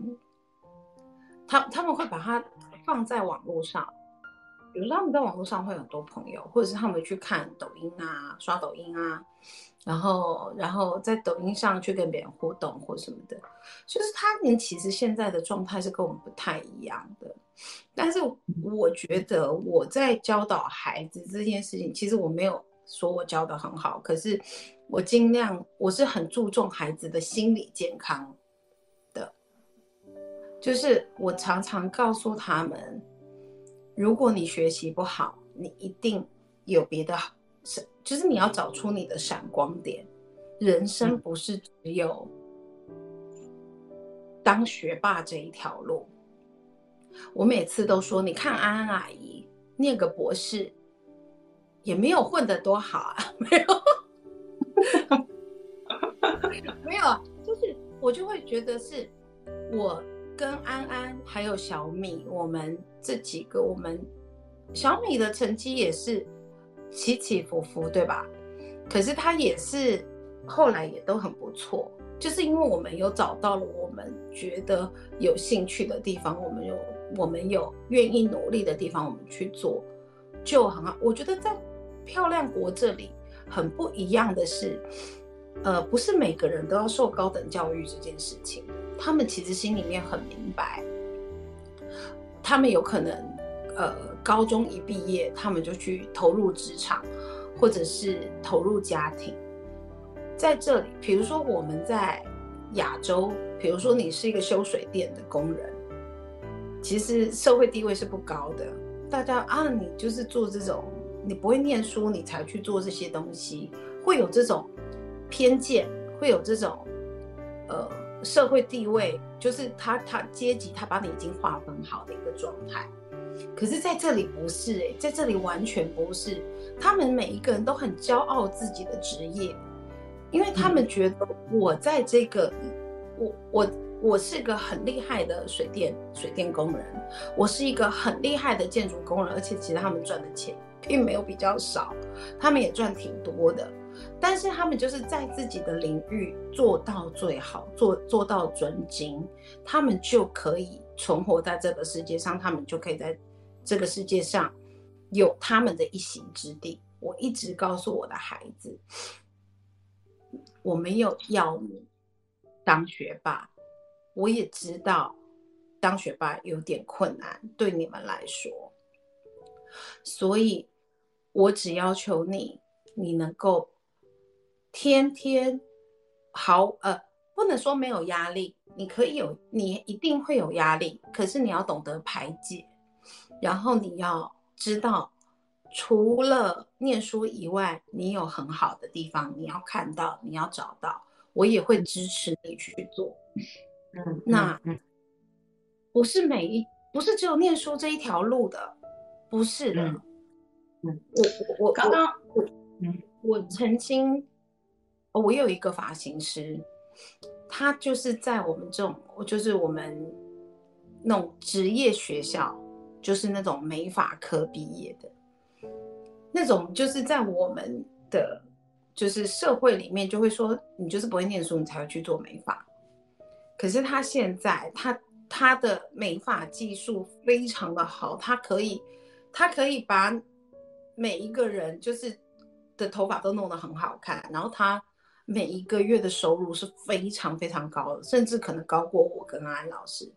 他们会把它放在网络上，比如说他们在网络上会有很多朋友，或者是他们去看抖音刷抖音然后在抖音上去跟别人互动或什么的，就是他们其实现在的状态是跟我们不太一样的。但是我觉得我在教导孩子这件事情，其实我没有说我教得很好，可是我尽量，我是很注重孩子的心理健康的，就是我常常告诉他们，如果你学习不好，你一定有别的好，就是你要找出你的闪光点，人生不是只有当学霸这一条路。我每次都说，你看安安阿姨念个博士也没有混得多好没有就是我就会觉得是我跟安安还有小米，我们这几个，我们小米的成绩也是起起伏伏，对吧？可是他也是后来也都很不错，就是因为我们有找到了我们觉得有兴趣的地方，我们有愿意努力的地方，我们去做就很好。我觉得在漂亮国这里很不一样的是，不是每个人都要受高等教育这件事情，他们其实心里面很明白，他们有可能高中一毕业，他们就去投入职场，或者是投入家庭。在这里，比如说我们在亚洲，比如说你是一个修水电的工人，其实社会地位是不高的，大家你就是做这种，你不会念书，你才去做这些东西，会有这种偏见，会有这种社会地位，就是他阶级他把你已经划分好的一个状态。 可是在这里不是在这里完全不是，他们每一个人都很骄傲自己的职业，因为他们觉得我在这个，我是个很厉害的水电工人，我是一个很厉害的建筑工人，而且其实他们赚的钱并没有比较少，他们也赚挺多的，但是他们就是在自己的领域做到最好，做到专精，他们就可以存活在这个世界上，他们就可以在这个世界上有他们的一席之地。我一直告诉我的孩子，我没有要你当学霸，我也知道当学霸有点困难对你们来说，所以我只要求你能够天天不能说没有压力，你一定会有压力，可是你要懂得排解，然后你要知道除了念书以外，你有很好的地方，你要看到，你要找到，我也会支持你去做。那不是只有念书这一条路的，不是的。我曾经，我有一个发型师，他就是在我们就是我们那种职业学校，就是那种美发科毕业的，那种就是在我们的就是社会里面就会说，你就是不会念书，你才会去做美发。可是他现在他的美发技术非常的好，他可以把每一个人就是的头发都弄得很好看，然后他每一个月的收入是非常非常高的，甚至可能高过我跟安老师。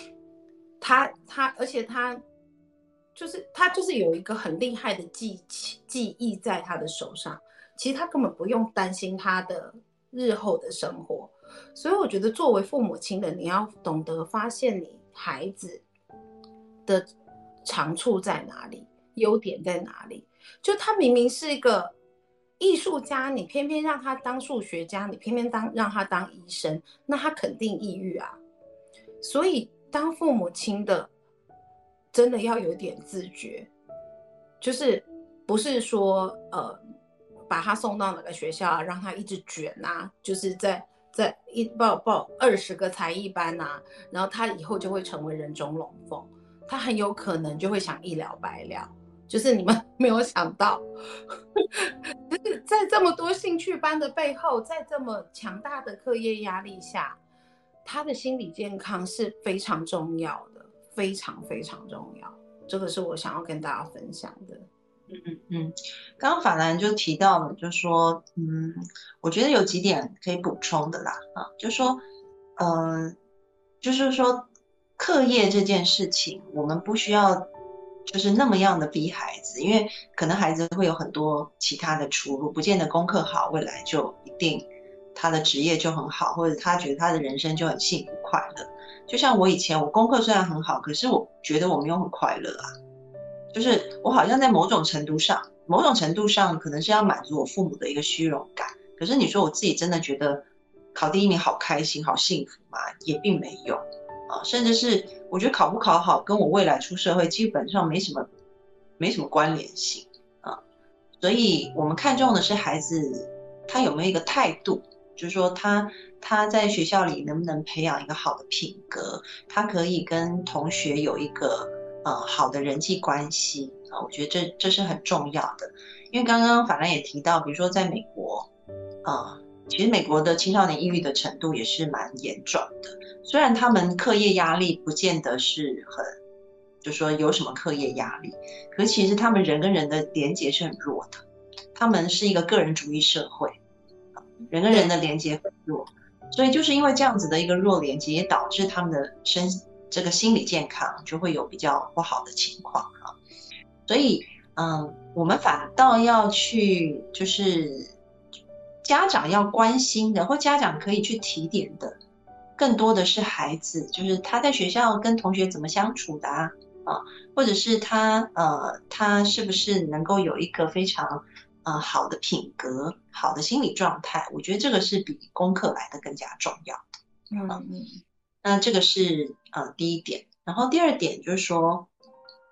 而且他就是有一个很厉害的技艺在他的手上，其实他根本不用担心他的日后的生活。所以我觉得作为父母亲的，你要懂得发现你孩子的长处在哪里，优点在哪里。就他明明是一个艺术家，你偏偏让他当数学家，你偏偏让他当医生，那他肯定抑郁啊。所以当父母亲的真的要有点自觉，就是不是说把他送到哪个学校啊，让他一直卷啊，就是在报20个才艺班啊，然后他以后就会成为人中龙凤，他很有可能就会想一了百了。就是你们没有想到就是在这么多兴趣班的背后，在这么强大的课业压力下，他的心理健康是非常重要的，非常非常重要。这个是我想要跟大家分享的。 刚刚法兰就提到了，就说我觉得有几点可以补充的啦就说就是说课业这件事情，我们不需要就是那么样的逼孩子，因为可能孩子会有很多其他的出路，不见得功课好，未来就一定他的职业就很好，或者他觉得他的人生就很幸福快乐。就像我以前，我功课虽然很好，可是我觉得我没有很快乐啊。就是我好像在某种程度上可能是要满足我父母的一个虚荣感，可是你说我自己真的觉得考第一名好开心好幸福吗？也并没有甚至是我觉得考不考好跟我未来出社会基本上没什么关联性所以我们看重的是孩子他有没有一个态度，就是说他在学校里能不能培养一个好的品格，他可以跟同学有一个好的人际关系我觉得这是很重要的。因为刚刚法兰也提到，比如说在美国其实美国的青少年抑郁的程度也是蛮严重的，虽然他们课业压力不见得是就是说有什么课业压力，可是其实他们人跟人的连结是很弱的，他们是一个个人主义社会，人跟人的连结很弱，所以就是因为这样子的一个弱连结，也导致他们的这个心理健康就会有比较不好的情况所以我们反倒要去就是家长要关心的，或家长可以去提点的，更多的是孩子，就是他在学校跟同学怎么相处的或者是他是不是能够有一个非常好的品格、好的心理状态，我觉得这个是比功课来的更加重要的那这个是第一点。然后第二点就是说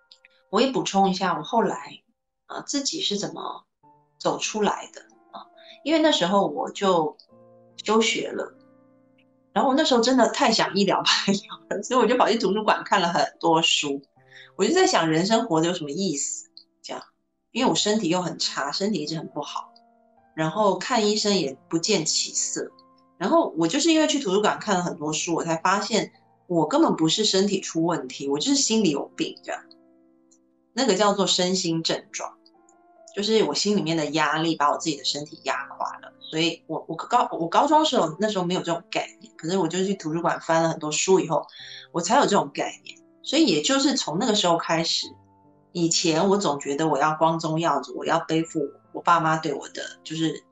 我也补充一下，我后来自己是怎么走出来的因为那时候我就休学了，然后我那时候真的太想一了百了了，所以我就跑去图书馆看了很多书，我就在想人生活着有什么意思？这样，因为我身体又很差，身体一直很不好，然后看医生也不见起色，然后我就是因为去图书馆看了很多书，我才发现我根本不是身体出问题，我就是心里有病，这样，那个叫做身心症状。就是我心里面的压力把我自己的身体压垮了，所以我高中的时候那时候没有这种概念，可是我就去图书馆翻了很多书以后，我才有这种概念。所以也就是从那个时候开始，以前我总觉得我要光宗耀祖，我要背负我爸妈对我的，就是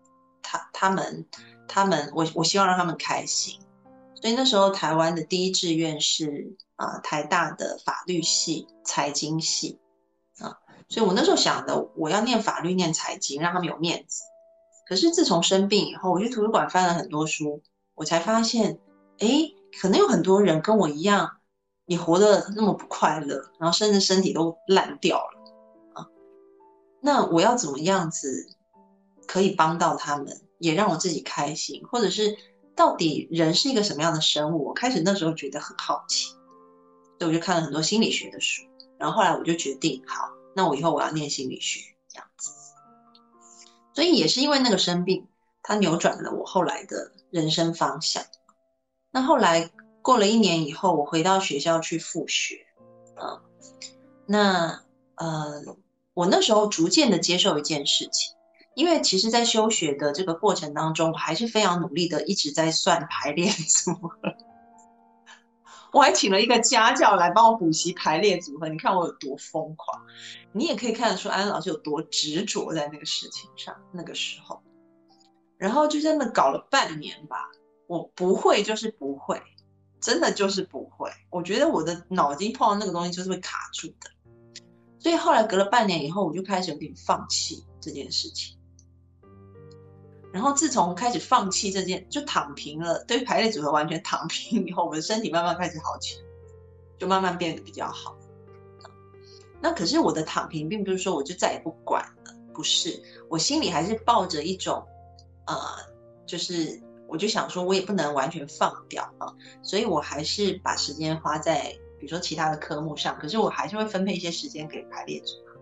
他们我希望让他们开心，所以那时候台湾的第一志愿是台大的法律系、财经系。所以我那时候想的，我要念法律、念财经，让他们有面子。可是自从生病以后，我去图书馆翻了很多书，我才发现，诶，可能有很多人跟我一样，也活得那么不快乐，然后甚至身体都烂掉了啊。那我要怎么样子可以帮到他们，也让我自己开心，或者是到底人是一个什么样的生物？我开始那时候觉得很好奇，所以我就看了很多心理学的书，然后后来我就决定，好。那我以后我要念心理学这样子，所以也是因为那个生病，它扭转了我后来的人生方向。那后来过了1年以后，我回到学校去复学，嗯，那我那时候逐渐的接受一件事情，因为其实在休学的这个过程当中，我还是非常努力的一直在算排列组合。我还请了一个家教来帮我补习排列组合，你看我有多疯狂，你也可以看得出安安老师有多执着在那个事情上，那个时候，然后就真的搞了半年吧，我不会就是不会，真的就是不会，我觉得我的脑筋碰到那个东西就是会卡住的，所以后来隔了半年以后，我就开始有点放弃这件事情。然后自从开始放弃这件，就躺平了，对排列组合完全躺平以后，我的身体慢慢开始好起来，就慢慢变得比较好。那可是我的躺平，并不是说我就再也不管了，不是，我心里还是抱着一种，呃，就是我就想说，我也不能完全放掉啊，所以我还是把时间花在比如说其他的科目上，可是我还是会分配一些时间给排列组合。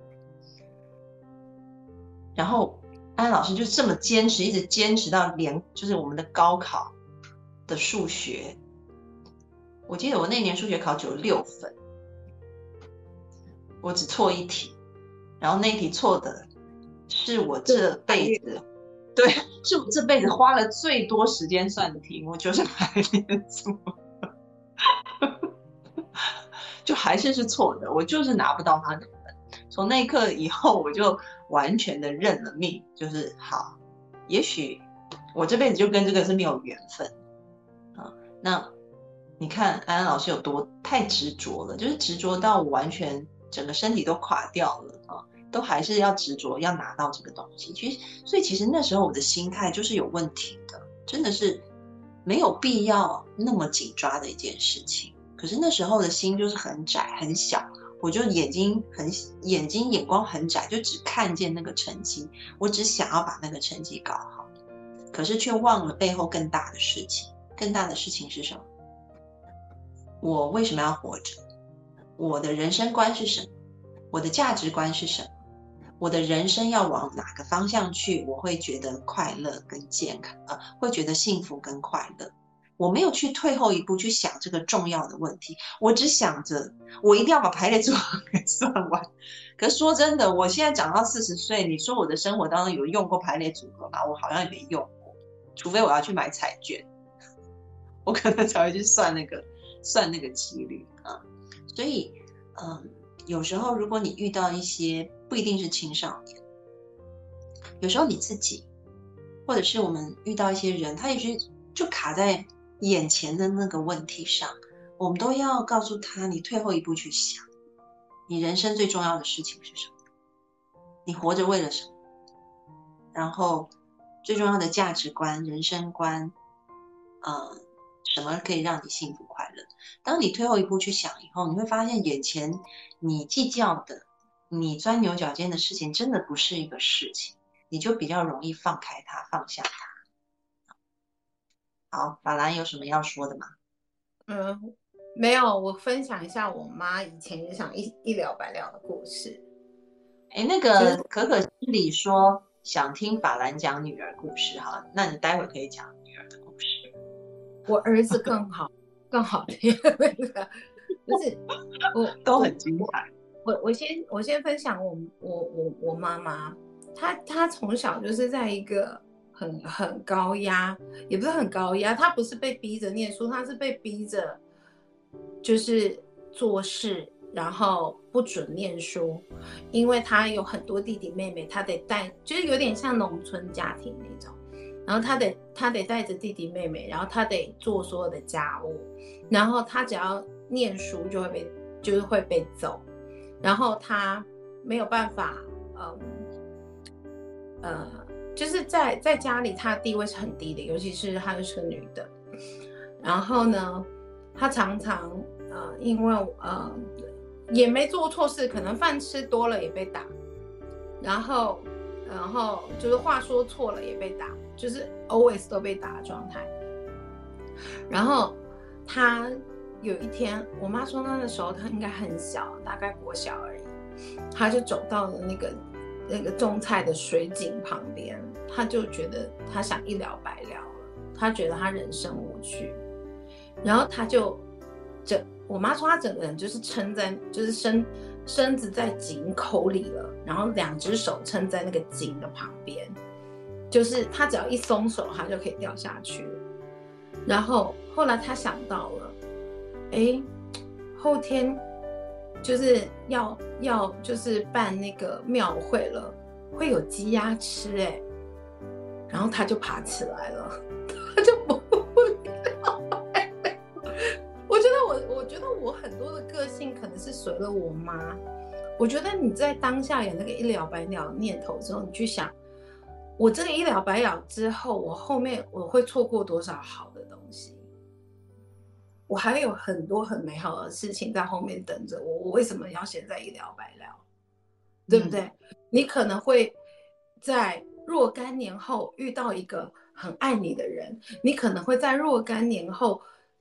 然后安老师就这么坚持，一直坚持到就是我们的高考的数学，我记得我那年数学考96分，我只错一题，然后那一题错的是我这辈子，对，是我这辈子花了最多时间算的题目，就是排列组合，就还是错的，我就是拿不到他的分。从那一刻以后，我就完全的认了命，就是好，也许我这辈子就跟这个是没有缘分啊。那你看安安老师有多太执着了，就是执着到我完全整个身体都垮掉了啊，都还是要执着要拿到这个东西。所以其实那时候我的心态就是有问题的，真的是没有必要那么紧抓的一件事情。可是那时候的心就是很窄很小，我就眼光很窄，就只看见那个成绩，我只想要把那个成绩搞好，可是却忘了背后更大的事情。更大的事情是什么？我为什么要活着？我的人生观是什么？我的价值观是什么？我的人生要往哪个方向去？我会觉得快乐跟健康，会觉得幸福跟快乐。我没有去退后一步去想这个重要的问题，我只想着我一定要把排列组合给算完。可是说真的，我现在长到40岁，你说我的生活当中有用过排列组合吗？我好像也没用过，除非我要去买彩券，我可能才会去算那个几率啊。所以，有时候如果你遇到一些不一定是青少年，有时候你自己，或者是我们遇到一些人，他也许就卡在眼前的那个问题上，我们都要告诉他，你退后一步去想，你人生最重要的事情是什么？你活着为了什么？然后最重要的价值观、人生观，什么可以让你幸福快乐？当你退后一步去想以后，你会发现眼前你计较的你钻牛角尖的事情真的不是一个事情，你就比较容易放开它，放下它。好，法兰有什么要说的吗？ 没有，我分享一下我妈以前也想一了百了的故事。 哎，那个可可心里说想听法兰讲女儿故事哈，那你待会儿可以讲女儿的故事。 我儿子更好听那个，就是都很精彩。 我先分享我妈妈，她从小就是在一个很高压，也不是很高压，她不是被逼着念书，她是被逼着就是做事，然后不准念书，因为她有很多弟弟妹妹，她得带，就是有点像农村家庭那种。然后他得带着弟弟妹妹，然后他得做所有的家务，然后他只要念书就是会被揍，然后他没有办法，就是在家里他的地位是很低的，尤其是她又是个女的，然后呢，他常常因为也没做错事，可能饭吃多了也被打，然后就是话说错了也被打，就是 always 都被打的状态。然后他有一天，我妈说那时候他应该很小，大概国小而已，他就走到了那个种菜的水井旁边，他就觉得他想一了百了了，他觉得他人生无趣，然后他就我妈说他整个人就是撑在，就是身子在井口里了，然后两只手撑在那个井的旁边，就是他只要一松手，他就可以掉下去了。然后后来他想到了，后天就是要就是办那个庙会了，会有鸡鸭吃然后他就爬起来了，他就不我觉得我很多的个性可能是随了我妈。我觉得你在当下有那个一了百了的念头之后，你去想，我这个一了百了之后，我后面我会错过多少好的东西？我还有很多很美好的事情在后面等着我，我为什么要现在一了百了？对不对？你可能会在若干年后遇到一个很爱你的人，你可能会在若干年后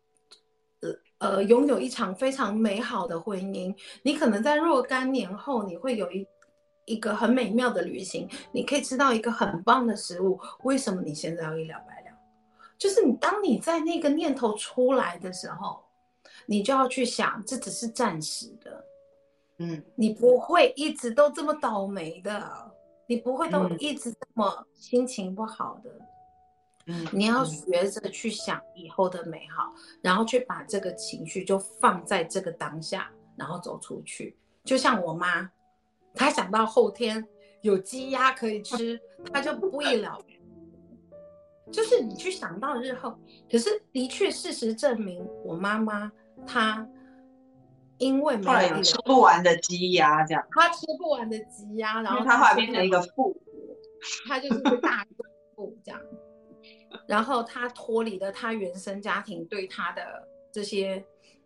拥有一场非常美好的婚姻，你可能在若干年后你会有一个很美妙的旅行，你可以吃到一个很棒的食物，为什么你现在要一了百了？就是当你在那个念头出来的时候，你就要去想，这只是暂时的，你不会一直都这么倒霉的，你不会都一直这么心情不好的。你要学着去想以后的美好，然后去把这个情绪就放在这个当下，然后走出去。就像我妈，她想到后天有鸡鸭可以吃，她就不一了。就是你去想到日后，可是的确事实证明，我妈妈她因为没有吃不完的鸡鸭这样， 她吃不完的鸡鸭，然后她后来变成一个富婆， 她就是一个大富这样。然后他脱离了他原生家庭对他的这些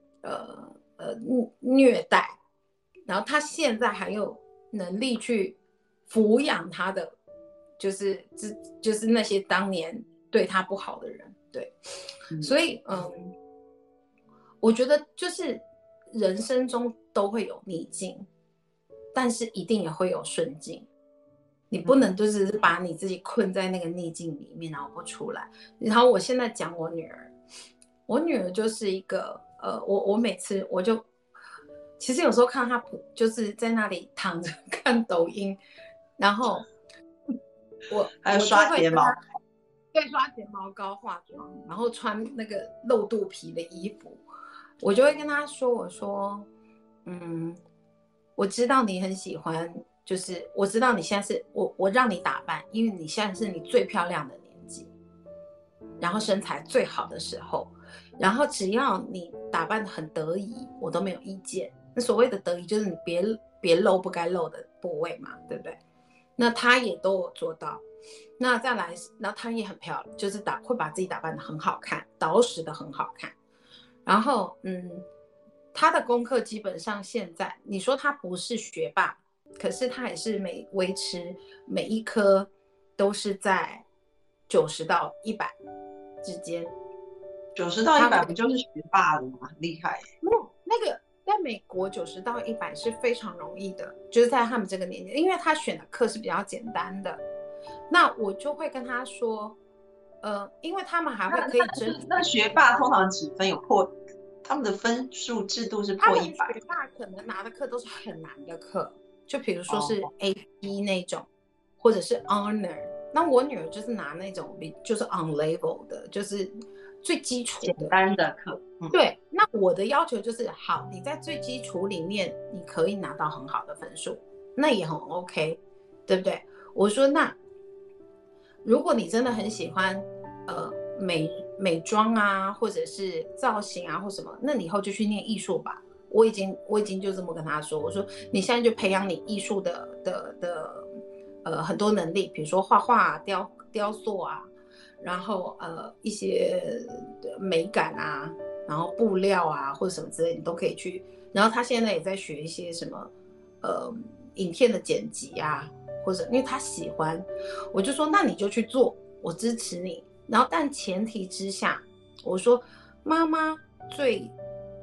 虐待，然后他现在还有能力去抚养他的，就是那些当年对他不好的人，对，所以我觉得就是人生中都会有逆境，但是一定也会有顺境。你不能就是把你自己困在那个逆境里面，然后不出来。然后我现在讲我女儿就是一个我每次我就其实有时候看她就是在那里躺着看抖音，然后还有刷睫毛， 对，刷睫毛膏、化妆，然后穿那个露肚皮的衣服，我就会跟她说，我说我知道你很喜欢。就是我知道你现在是我让你打扮，因为你现在是你最漂亮的年纪，然后身材最好的时候，然后只要你打扮得很得宜，我都没有意见。那所谓的得宜就是你别露不该露的部位嘛，对不对？那她也都有做到。那再来，那她也很漂亮，就是会把自己打扮得很好看，捯饬得很好看。然后她的功课基本上现在你说她不是学霸。 可是他也是维持每一科都是在90到100之间。 90到100不就是学霸了吗？很厉害耶。 那个在美国90到100是非常容易的，就是在他们这个年纪，因为他选的课是比较简单的。那我就会跟他说，因为他们还会可以那学霸通常几分有破？他们的分数制度是破100。 他们学霸可能拿的课都是很难的课，就比如说是 AP 那种，或者是 Honor。那我女儿就是拿那种就是 on level 的，就是最基础的简单的课。 对，那我的要求就是好，你在最基础里面你可以拿到很好的分数，那也很 OK， 对不对？我说那如果你真的很喜欢美妆啊，或者是造型啊或什么，那你以后就去念艺术吧。我已经就这么跟他说，我说你现在就培养你艺术的很多能力，比如说画画、雕塑啊，然后一些美感啊，然后布料啊或者什么之类，你都可以去。然后他现在也在学一些什么影片的剪辑啊，或者因为他喜欢，我就说那你就去做，我支持你。然后但前提之下，我说妈妈最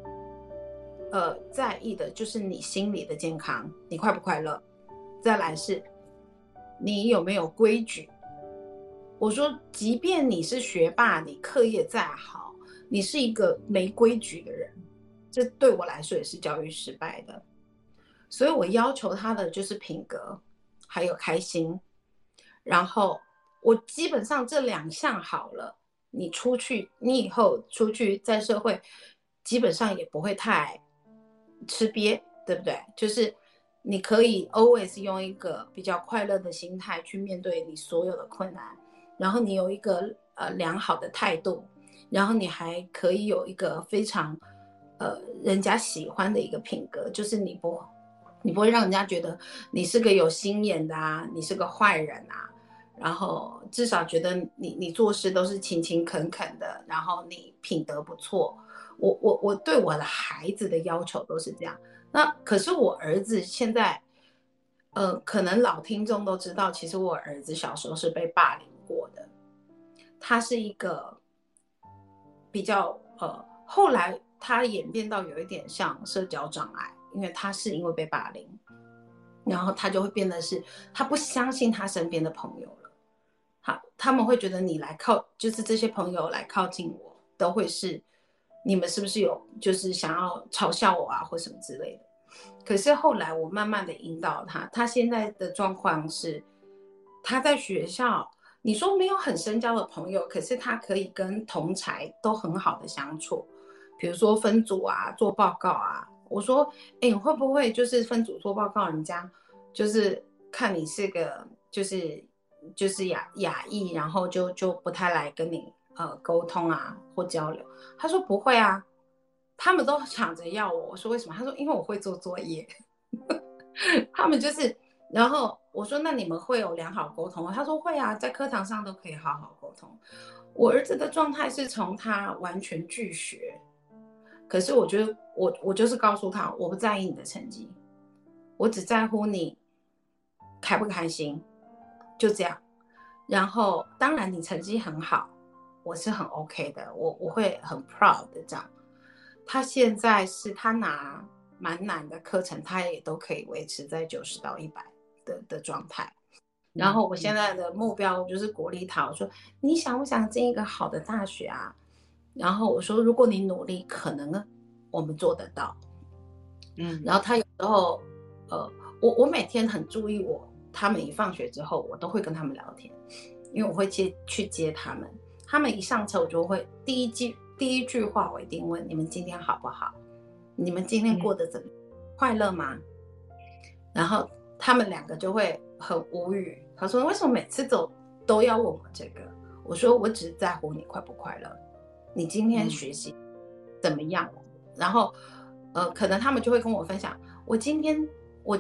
在意的就是你心理的健康，你快不快乐？再来是你有没有规矩？我说即便你是学霸，你课业再好，你是一个没规矩的人，这对我来说也是教育失败的。所以我要求他的就是品格还有开心。然后我基本上这2项好了，你以后出去在社会基本上也不会太吃瘪，对不对？就是你可以 always 用一个比较快乐的心态去面对你所有的困难，然后你有一个良好的态度，然后你还可以有一个非常人家喜欢的一个品格，就是你不会让人家觉得你是个有心眼的啊，你是个坏人啊，然后至少觉得你做事都是勤勤恳恳的，然后你品德不错。我对我的孩子的要求都是这样。那可是我儿子现在，可能老听众都知道，其实我儿子小时候是被霸凌过的。他是一个比较后来他演变到有一点像社交障碍，因为他是因为被霸凌，然后他就会变得是他不相信他身边的朋友了。好，他们会觉得你来就是这些朋友来靠近我，都会是你们是不是有就是想要嘲笑我啊或什么之类的。可是后来我慢慢的引导他，他现在的状况是他在学校你说没有很深交的朋友，可是他可以跟同侪都很好的相处，比如说分组啊做报告啊。我说你会不会就是分组做报告，人家就是看你是个就是亚裔，然后就不太来跟你沟通啊或交流。他说不会啊，他们都抢着要我。我说为什么？他说因为我会做作业。他们就是，然后我说那你们会有良好沟通吗？他说会啊，在课堂上都可以好好沟通。我儿子的状态是从他完全拒学，可是我觉得我就是告诉他，我不在意你的成绩，我只在乎你开不开心，就这样。然后当然你成绩很好，我是很 OK 的，我会很 proud 的这样。他现在是他拿蛮难的课程，他也都可以维持在90到100的状态。然后我现在的目标就是鼓励他，我说你想不想进一个好的大学啊？然后我说如果你努力，可能我们做得到。然后他有时候我每天很注意他们一放学之后，我都会跟他们聊天，因为我会去接他们。他们一上车，我就会第一句话我一定问：你们今天好不好？你们今天过得怎么快乐吗？然后他们2个就会很无语，他说为什么每次都要问我这个？我说我只在乎你快不快乐，你今天学习怎么样？然后可能他们就会跟我分享，我今天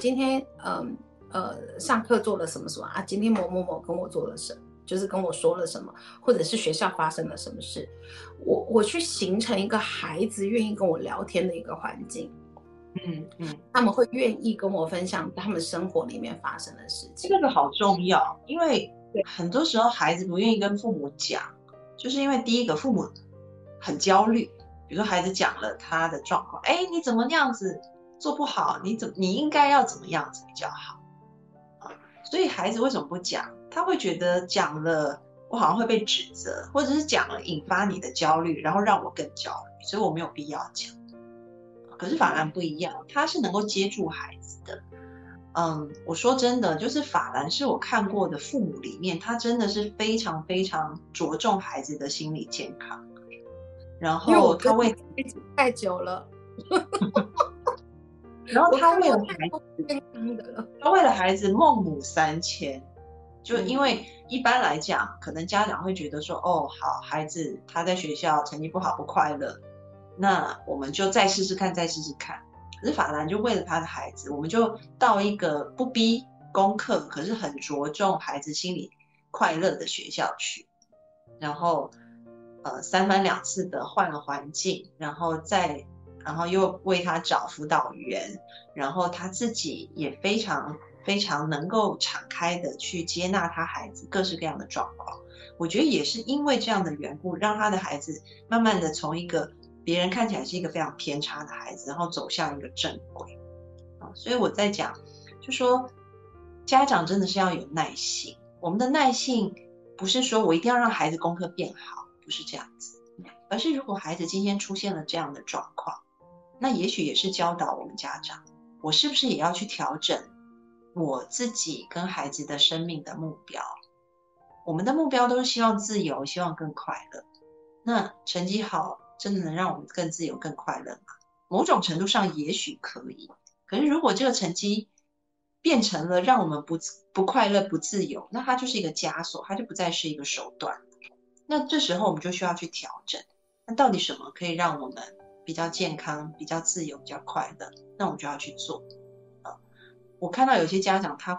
上课做了什么什么啊，今天某某某跟我做了什么，就是跟我说了什么，或者是学校发生了什么事，我去形成一个孩子愿意跟我聊天的一个环境。 他们会愿意跟我分享他们生活里面发生的事情。 这个好重要，因为很多时候孩子不愿意跟父母讲，就是因为第一个父母很焦虑，比如说孩子讲了他的状况，哎，你怎么那样子做不好？你应该要怎么样子比较好啊？所以孩子为什么不讲？他会觉得讲了我好像会被指责，或者是讲了引发你的焦虑，然后让我更焦虑，所以我没有必要讲。可是法兰不一样，他是能够接住孩子的。我说真的，就是法兰是我看过的父母里面，他真的是非常非常着重孩子的心理健康。然后他为太久了， 然后他为了孩子，他为了孩子孟母三迁。就因为一般来讲，可能家长会觉得说，哦，好，孩子他在学校成绩不好不快乐，那我们就再试试看，再试试看。可是法兰就为了他的孩子，我们就到一个不逼功课，可是很着重孩子心理快乐的学校去，然后3番2次的换了环境，然后又为他找辅导员，然后他自己也非常非常能够敞开的去接纳他孩子各式各样的状况。我觉得也是因为这样的缘故，让他的孩子慢慢的从一个别人看起来是一个非常偏差的孩子，然后走向一个正轨。所以我在讲，就说家长真的是要有耐性。我们的耐性不是说我一定要让孩子功课变好，不是这样子，而是如果孩子今天出现了这样的状况，那也许也是教导我们家长，我是不是也要去调整我自己跟孩子的生命的目标。我们的目标都是希望自由，希望更快乐。那成绩好真的能让我们更自由更快乐吗？某种程度上也许可以，可是如果这个成绩变成了让我们不快乐不自由，那它就是一个枷锁，它就不再是一个手段。那这时候我们就需要去调整，那到底什么可以让我们比较健康比较自由比较快乐，那我们就要去做。我看到有些家长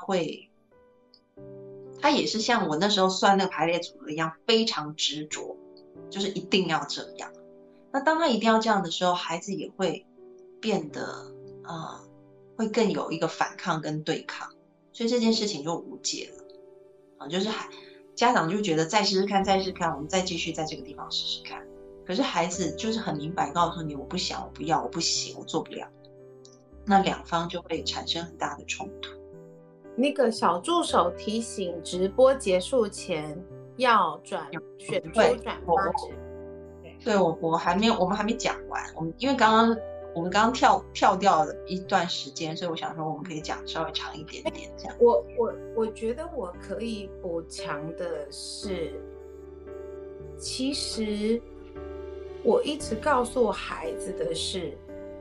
他也是像我那时候算那个排列组合一样非常执着，就是一定要这样。那当他一定要这样的时候，孩子也会变得会更有一个反抗跟对抗，所以这件事情就无解了就是家长就觉得再试试看再试试看，我们再继续在这个地方试试看。可是孩子就是很明白告诉你，我不想，我不要，我不行，我做不了。那两方就会产生很大的冲突。 那个小助手提醒，直播结束前要选出转发纸。 对，我们还没讲完，因为我们刚刚跳掉了一段时间，所以我想说我们可以讲稍微长一点点这样。 我觉得我可以补强的是，其实我一直告诉我孩子的是，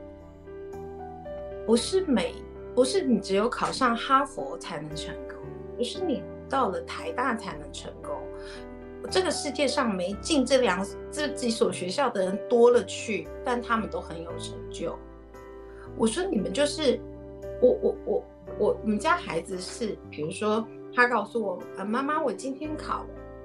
不是你只有考上哈佛才能成功，不是你到了台大才能成功。这个世界上没进这几所学校的人多了去，但他们都很有成就。我说你们就是我们家孩子是，比如说他告诉我，妈妈，我今天考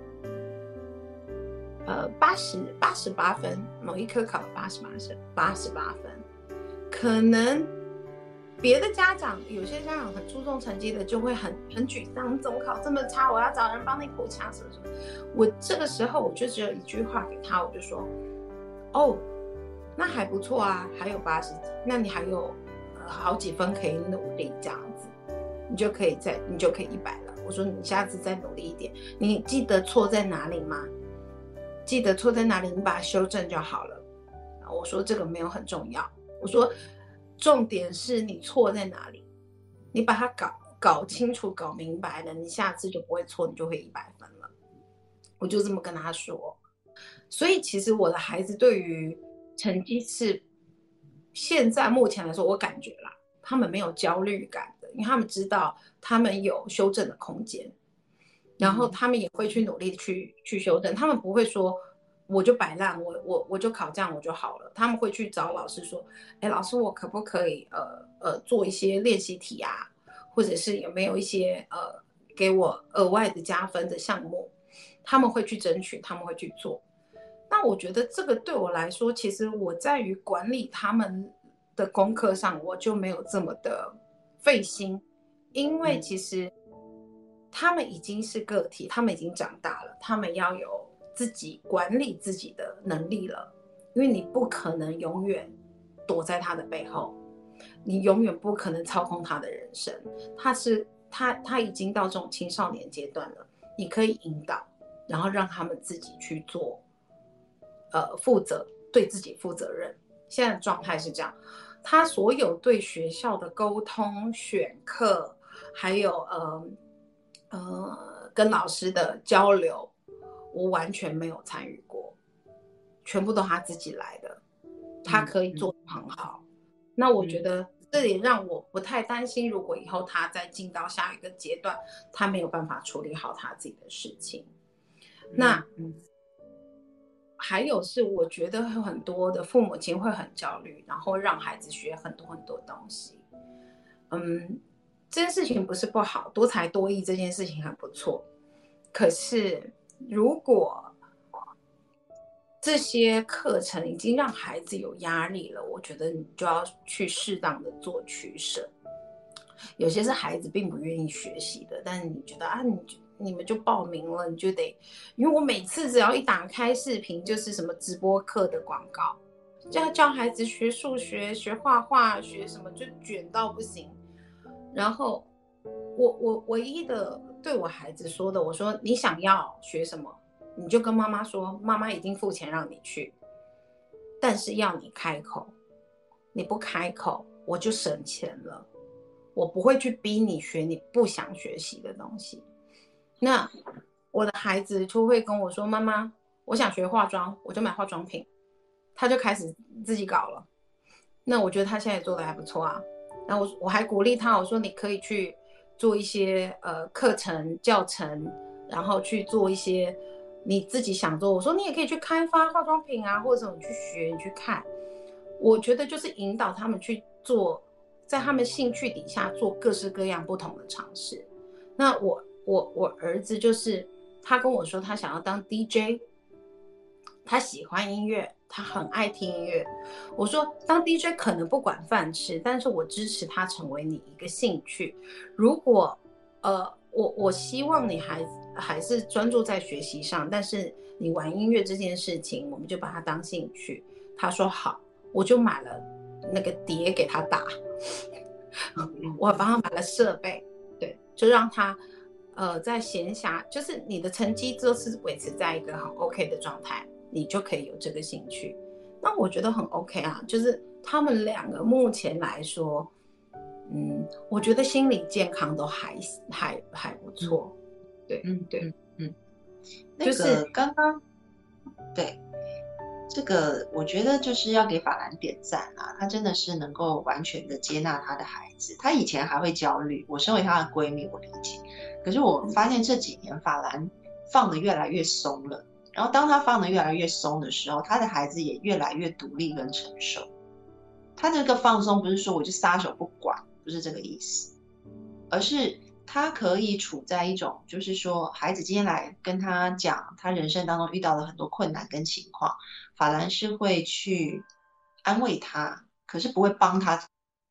了88分，某一科考了88分，可能别的家长，有些家长很注重成绩的，就会很沮丧，你怎么考这么差？我要找人帮你补强什么什么。我这个时候我就只有一句话给他，我就说，哦，那还不错啊，还有80几，那你还有好几分可以努力，这样子，你就可以100了。我说你下次再努力一点，你记得错在哪里吗？记得错在哪里，你把它修正就好了。我说这个没有很重要，我说重点是你错在哪里，你把它搞清楚搞明白了，你下次就不会错，你就会100分了。我就这么跟他说。所以其实我的孩子对于成绩是现在目前来说，我感觉啦，他们没有焦虑感的，因为他们知道他们有修正的空间，然后他们也会去努力去修正，他们不会说我就摆烂，我就考这样我就好了。他们会去找老师说，老师我可不可以做一些练习题啊，或者是有没有一些给我额外的加分的项目，他们会去争取，他们会去做。那我觉得这个对我来说，其实我在于管理他们的功课上我就没有这么的费心，因为其实他们已经是个体，他们已经长大了，他们要有自己管理自己的能力了，因为你不可能永远躲在他的背后，你永远不可能操控他的人生，他已经到这种青少年阶段了，你可以引导，然后让他们自己去做，负责，对自己负责任。现在的状态是这样，他所有对学校的沟通、选课，还有跟老师的交流，我完全没有参与过，全部都他自己来的，他可以做得很好。那我觉得这也让我不太担心，如果以后他再进到下一个阶段，他没有办法处理好他自己的事情。那还有是，我觉得很多的父母亲会很焦虑，然后让孩子学很多很多东西。这件事情不是不好，多才多艺这件事情很不错。可是如果这些课程已经让孩子有压力了，我觉得你就要去适当的做取舍。有些是孩子并不愿意学习的，但是你觉得啊，你们就报名了，你就得，因为我每次只要一打开视频，就是什么直播课的广告，就要教孩子学数学、学画画、学什么，就卷到不行。然后我唯一的对我孩子说的，我说你想要学什么，你就跟妈妈说，妈妈已经付钱让你去，但是要你开口，你不开口，我就省钱了。我不会去逼你学你不想学习的东西。那我的孩子就会跟我说，妈妈，我想学化妆，我就买化妆品，他就开始自己搞了。那我觉得他现在做的还不错啊。然后我还鼓励他，我说你可以去做一些课程教程，然后去做一些你自己想做。我说你也可以去开发化妆品啊，或者你去学，你去看。我觉得就是引导他们去做，在他们兴趣底下做各式各样不同的尝试。那我儿子就是他跟我说他想要当 DJ， 他喜欢音乐，他很爱听音乐。我说当 DJ 可能不管饭吃，但是我支持他成为你一个兴趣。如果我希望你还是专注在学习上，但是你玩音乐这件事情，我们就把它当兴趣。他说好，我就买了那个碟给他打，我帮他买了设备，对，就让他在闲暇，就是你的成绩就是维持在一个很 OK 的状态，你就可以有这个兴趣。那我觉得很 OK 啊，就是他们两个目前来说，我觉得心理健康都还不错。对，对， 那个刚刚对。这个我觉得就是要给法兰点赞啊，她真的是能够完全的接纳她的孩子。她以前还会焦虑，我身为她的闺蜜，我理解。可是我发现这几年法兰放得越来越松了，然后当她放得越来越松的时候，她的孩子也越来越独立跟成熟。她这个放松不是说我就撒手不管，不是这个意思，而是他可以处在一种，就是说，孩子今天来跟他讲，他人生当中遇到了很多困难跟情况，法兰是会去安慰他，可是不会帮他，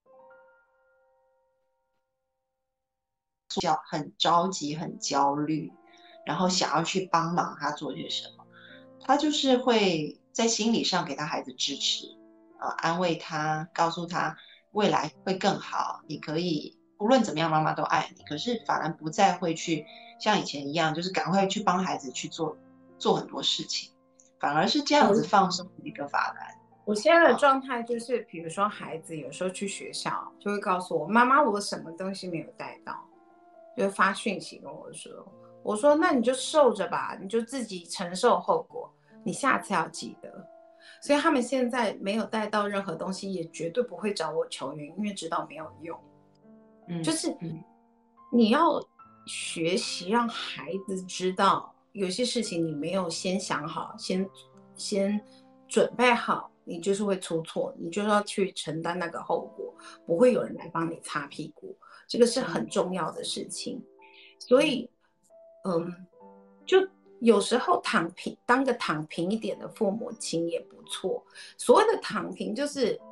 很着急、很焦虑，然后想要去帮忙他做些什么，他就是会在心理上给他孩子支持，安慰他，告诉他未来会更好，你可以。无论怎么样，妈妈都爱你。可是法兰不再会去像以前一样，就是赶快去帮孩子去做很多事情，反而是这样子放松的一个法兰。 我现在的状态就是，比如说孩子有时候去学校，就会告诉我妈妈，我什么东西没有带到，就会发讯息跟我说那你就受着吧，你就自己承受后果，你下次要记得。所以他们现在没有带到任何东西，也绝对不会找我求援，因为知道没有用。就是你要学习让孩子知道，有些事情你没有先想好，先准备好，你就是会出错，你就要去承担那个后果，不会有人来帮你擦屁股，这个是很重要的事情。所以就有时候躺平，当个躺平一点的父母亲也不错。所谓的躺平就是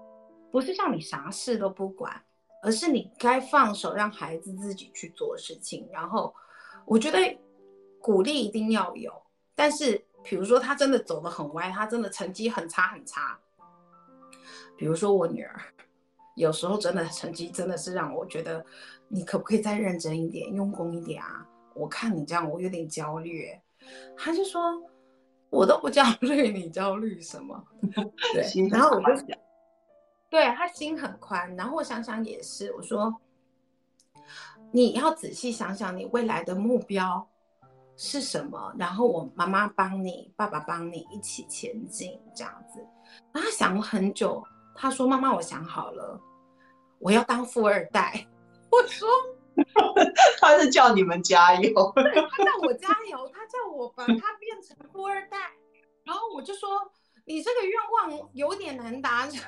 不是像你啥事都不管，而是你该放手让孩子自己去做事情。然后我觉得鼓励一定要有，但是比如说他真的走得很歪，他真的成绩很差很差，比如说我女儿有时候真的成绩真的是让我觉得你可不可以再认真一点用功一点啊，我看你这样我有点焦虑。他就说我都不焦虑，你焦虑什么？对，然后我就对他心很宽，然后我想想也是，我说你要仔细想想你未来的目标是什么，然后我妈妈帮你，爸爸帮你一起前进这样子。然后他想了很久，他说妈妈我想好了，我要当富二代。我说他是叫你们加油， 对，他叫我加油，他叫我把他变成富二代。然后我就说你这个愿望有点难达成。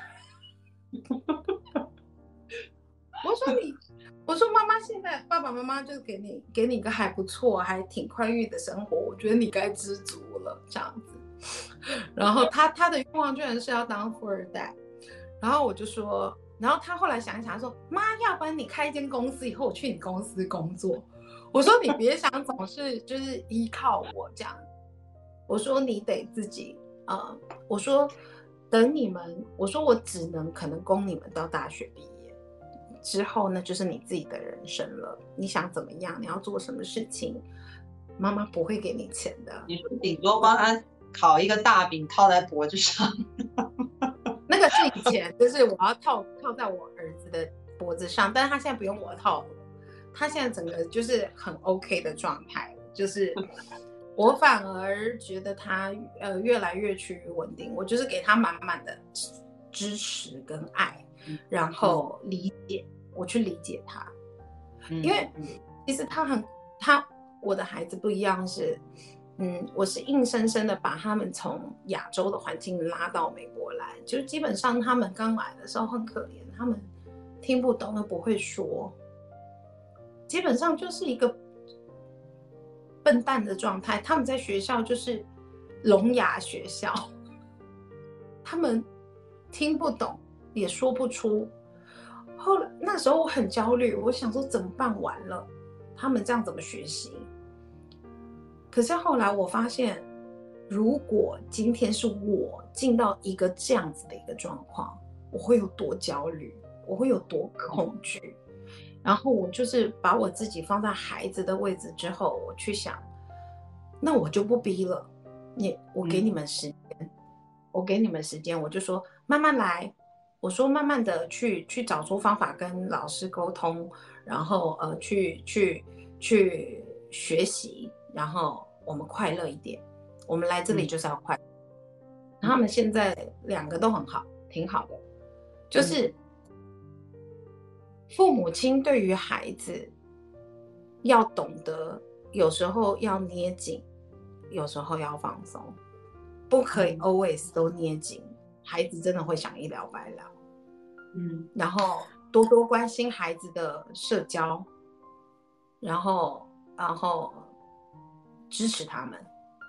我说妈妈现在爸爸妈妈就给你一个还不错还挺宽裕的生活，我觉得你该知足了这样子。然后他的愿望居然是要当富二代。然后我就说，然后他后来想一想说，妈，要不然你开一间公司以后我去你公司工作。我说你别想总是就是依靠我这样，我说你得自己我说等你们，我说我只能可能供你们到大学毕业之后呢，就是你自己的人生了，你想怎么样，你要做什么事情，妈妈不会给你钱的。 你说顶多帮他烤一个大饼套在脖子上。 那个是以前，就是我要套在我儿子的脖子上，但是他现在不用我套，他现在整个就是很 OK 的状态，就是我反而觉得他越来越趋于稳定，我就是给他满满的支持跟爱，然后理解，我去理解他，因为其实我的孩子不一样是，我是硬生生的把他们从亚洲的环境拉到美国来，就是基本上他们刚来的时候很可怜，他们听不懂又不会说，基本上就是一个笨蛋的状态。他们在学校就是聋哑学校，他们听不懂也说不出。后来那时候我很焦虑，我想说怎么办，完了他们这样怎么学习？可是后来我发现，如果今天是我进到一个这样子的一个状况，我会有多焦虑，我会有多恐惧。然后我就是把我自己放在孩子的位置之后，我去想，那我就不逼了，我给你们时间，我给你们时间，我就说慢慢来，我说慢慢的去找出方法跟老师沟通，然后去学习，然后我们快乐一点，我们来这里就是要快乐。他们现在2个都很好，挺好的，就是父母亲对于孩子要懂得，有时候要捏紧，有时候要放松，不可以 always 都捏紧，孩子真的会想一了百了。然后多多关心孩子的社交，然后支持他们。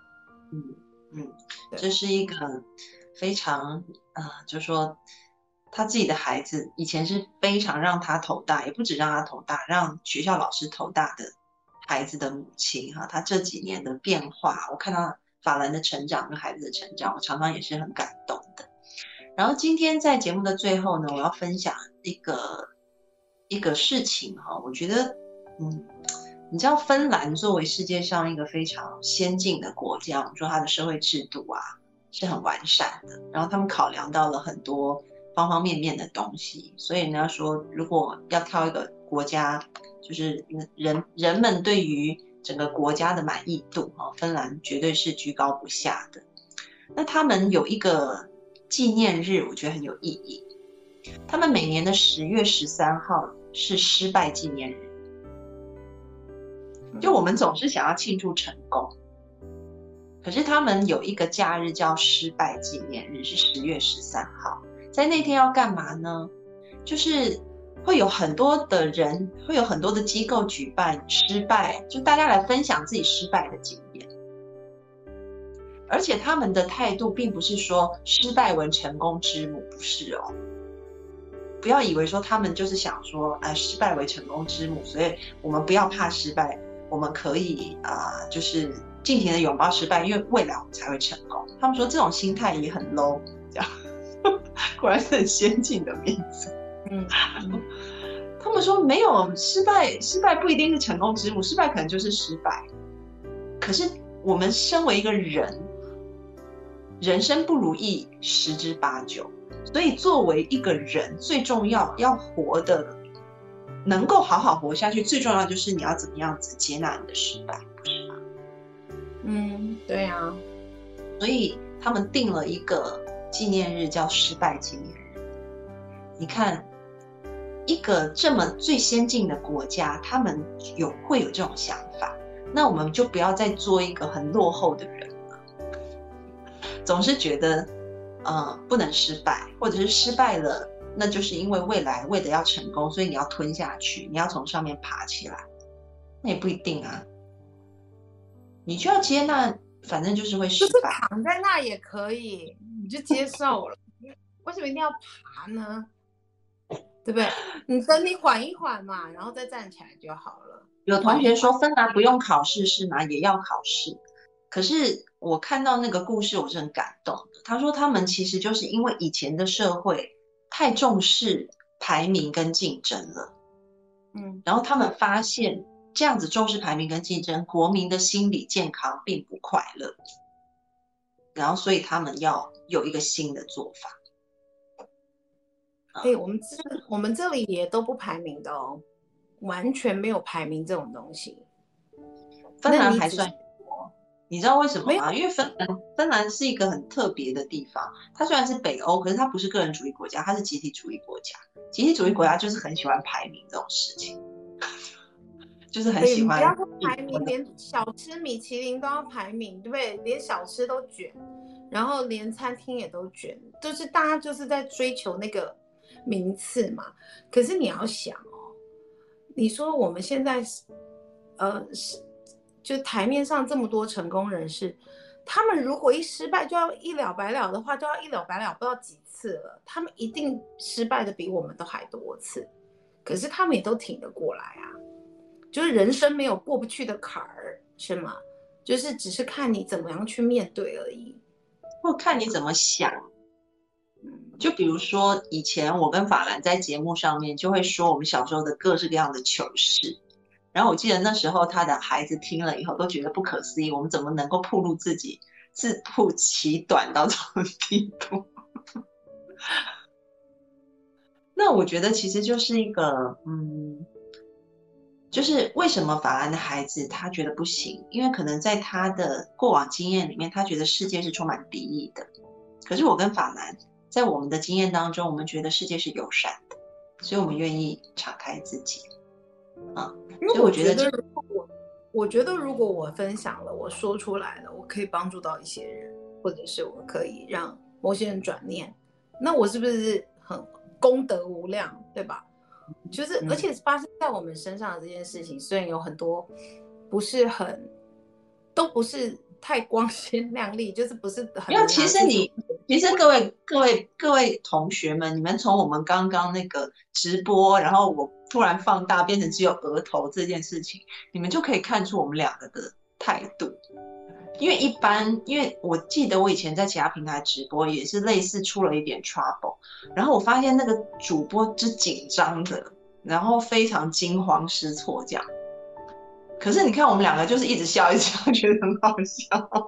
这是一个非常就是说他自己的孩子以前是非常让他头大，也不止让他头大，让学校老师头大的孩子的母亲他这几年的变化，我看到法兰的成长跟孩子的成长，我常常也是很感动的。然后今天在节目的最后呢，我要分享一个事情我觉得你知道芬兰作为世界上一个非常先进的国家，我们说它的社会制度是很完善的，然后他们考量到了很多方方面面的东西，所以人家说如果要挑一个国家，就是人们对于整个国家的满意度芬兰绝对是居高不下的。那他们有一个纪念日，我觉得很有意义，他们每年的10月13号是失败纪念日。就我们总是想要庆祝成功，可是他们有一个假日叫失败纪念日，是10月13号。在那天要干嘛呢？就是会有很多的人，会有很多的机构举办失败，就大家来分享自己失败的经验。而且他们的态度并不是说失败为成功之母，不是不要以为说他们就是想说，失败为成功之母，所以我们不要怕失败，我们可以就是尽情的拥抱失败，因为未来我们才会成功。他们说这种心态也很 low， 这样果然是很先进的民族。他们说没有失败不一定是成功之母，失败可能就是失败。可是我们身为一个人，人生不如意十之八九，所以作为一个人，最重要要活的，能够好好活下去，最重要就是你要怎么样子接纳你的失败，不是吗？ 对啊。 所以他们定了一个纪念日，叫失败纪念日。你看，一个这么最先进的国家，他们会有这种想法，那我们就不要再做一个很落后的人了，总是觉得不能失败，或者是失败了，那就是因为未来为了要成功，所以你要吞下去，你要从上面爬起来，那也不一定啊。你就要接纳，反正就是会失败， 就是躺在那也可以，你就接受了。为什么一定要爬呢？对不对？你等你缓一缓嘛，然后再站起来就好了。 有同学说芬兰不用考试是吗？也要考试。可是我看到那个故事，我是很感动的。他说他们其实就是因为以前的社会太重视排名跟竞争了，然后他们发现这样子重视排名跟竞争，国民的心理健康并不快乐，然后所以他们要有一个新的做法。 我们这里也都不排名的哦，完全没有排名这种东西。 芬兰还算多，你知道为什么吗？因为芬兰是一个很特别的地方，它虽然是北欧，可是它不是个人主义国家，它是集体主义国家。集体主义国家就是很喜欢排名这种事情，就是很喜欢。 不要说排名，连小吃米其林都要排名，对不对？连小吃都卷，然后连餐厅也都卷，就是大家就是在追求那个名次嘛。可是你要想哦，你说我们现在就台面上这么多成功人士，他们如果一失败就要一了百了的话，就要一了百了不知道几次了，他们一定失败的比我们都还多次，可是他们也都挺得过来啊。就是人生没有过不去的坎儿，是吗？就是只是看你怎么样去面对而已， 或看你怎么想。就比如说以前我跟法兰在节目上面就会说我们小时候的各式各样的糗事，然后我记得那时候他的孩子听了以后都觉得不可思议，我们怎么能够暴露自己自曝其短到这种地步？那我觉得其实就是一个就是为什么法兰的孩子他觉得不行，因为可能在他的过往经验里面，他觉得世界是充满敌意的。可是我跟法兰在我们的经验当中，我们觉得世界是友善的，所以我们愿意敞开自己所以我觉得我觉得如果我分享了，我说出来了，我可以帮助到一些人，或者是我可以让某些人转念，那我是不是很功德无量，对吧？就是而且发生在我们身上的这件事情，虽然有很多都不是太光鲜亮丽，就是不是很。 因为其实各位同学们，你们从我们刚刚那个直播，然后我突然放大变成只有额头这件事情，你们就可以看出我们两个的态度。因为我记得我以前在其他平台直播也是类似出了一点 trouble， 然后我发现那个主播是紧张的，然后非常惊慌失措这样。可是你看我们两个就是一直笑一直笑，觉得很好笑，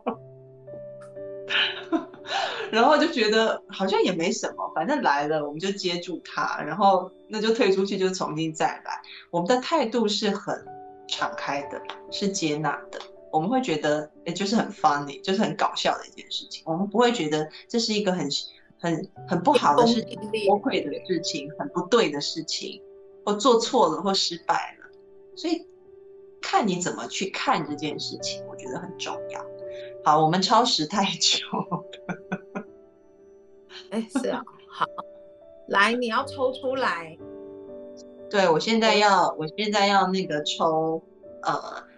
然后就觉得好像也没什么，反正来了我们就接住它，然后那就退出去就重新再来。我们的态度是很敞开的，是接纳的。我们会觉得就是很 funny， 就是很搞笑的一件事情，我们不会觉得这是一个很不好的事情，羞愧的事情，很不对的事情，或做错了或失败了。所以看你怎么去看这件事情，我觉得很重要。好，我们超时太久是啊，好，来，你要抽出来。 对，我现在要那个抽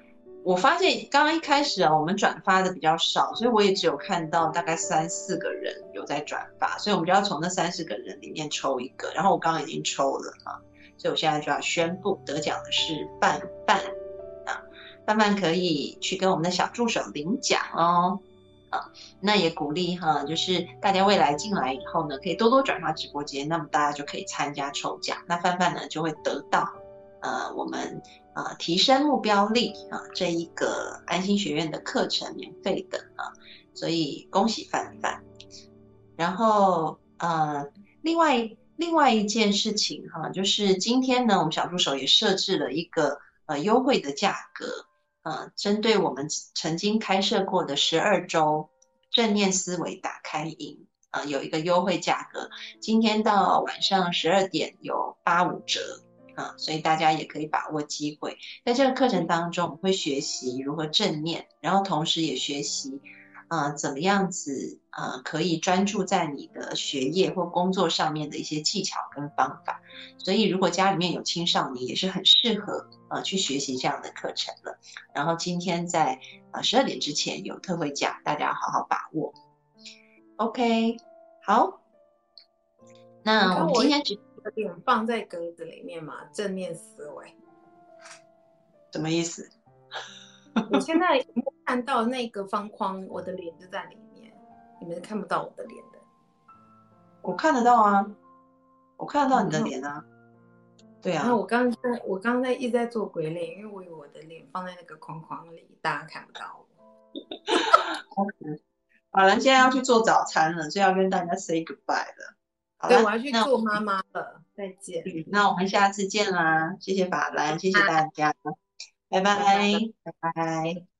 我发现刚刚一开始啊，我们转发的比较少，所以我也只有看到大概3、4个人有在转发，所以我们就要从那3、4个人里面抽一个。然后我刚刚已经抽了啊，所以我现在就要宣布得奖的是范范啊，范范可以去跟我们的小助手领奖哦。啊，那也鼓励哈，就是大家未来进来以后呢，可以多多转发直播间，那么大家就可以参加抽奖。那范范呢就会得到我们提升目标力啊这一个安心学院的课程免费的啊，所以恭喜范范。然后另外一件事情哈，就是今天呢，我们小助手也设置了一个优惠的价格。针对我们曾经开设过的12周正念思维打开营，有一个优惠价格，今天到晚上12点有85折所以大家也可以把握机会。在这个课程当中，我们会学习如何正念，然后同时也学习怎么样子可以专注在你的学业或工作上面的一些技巧跟方法。所以如果家里面有青少年，也是很适合去学习这样的课程了。然后今天在12点之前有特惠价，大家好好把握。OK， 好，那我们今天有点放在格子里面嘛，正面思维什么意思？ 我现在看到那个方框，我的脸就在里面，你们看不到我的脸的。 我看得到啊，我看得到你的脸啊。对啊。 然后我刚刚在一直在做鬼脸，因为我以为我的脸放在那个框框里，大家看不到我。 好了，现在要去做早餐了，所以要跟大家 say goodbye 了。好了， 对，我要去做妈妈了，再见。 那我们下次见啦，谢谢法兰，谢谢大家，拜拜，拜拜。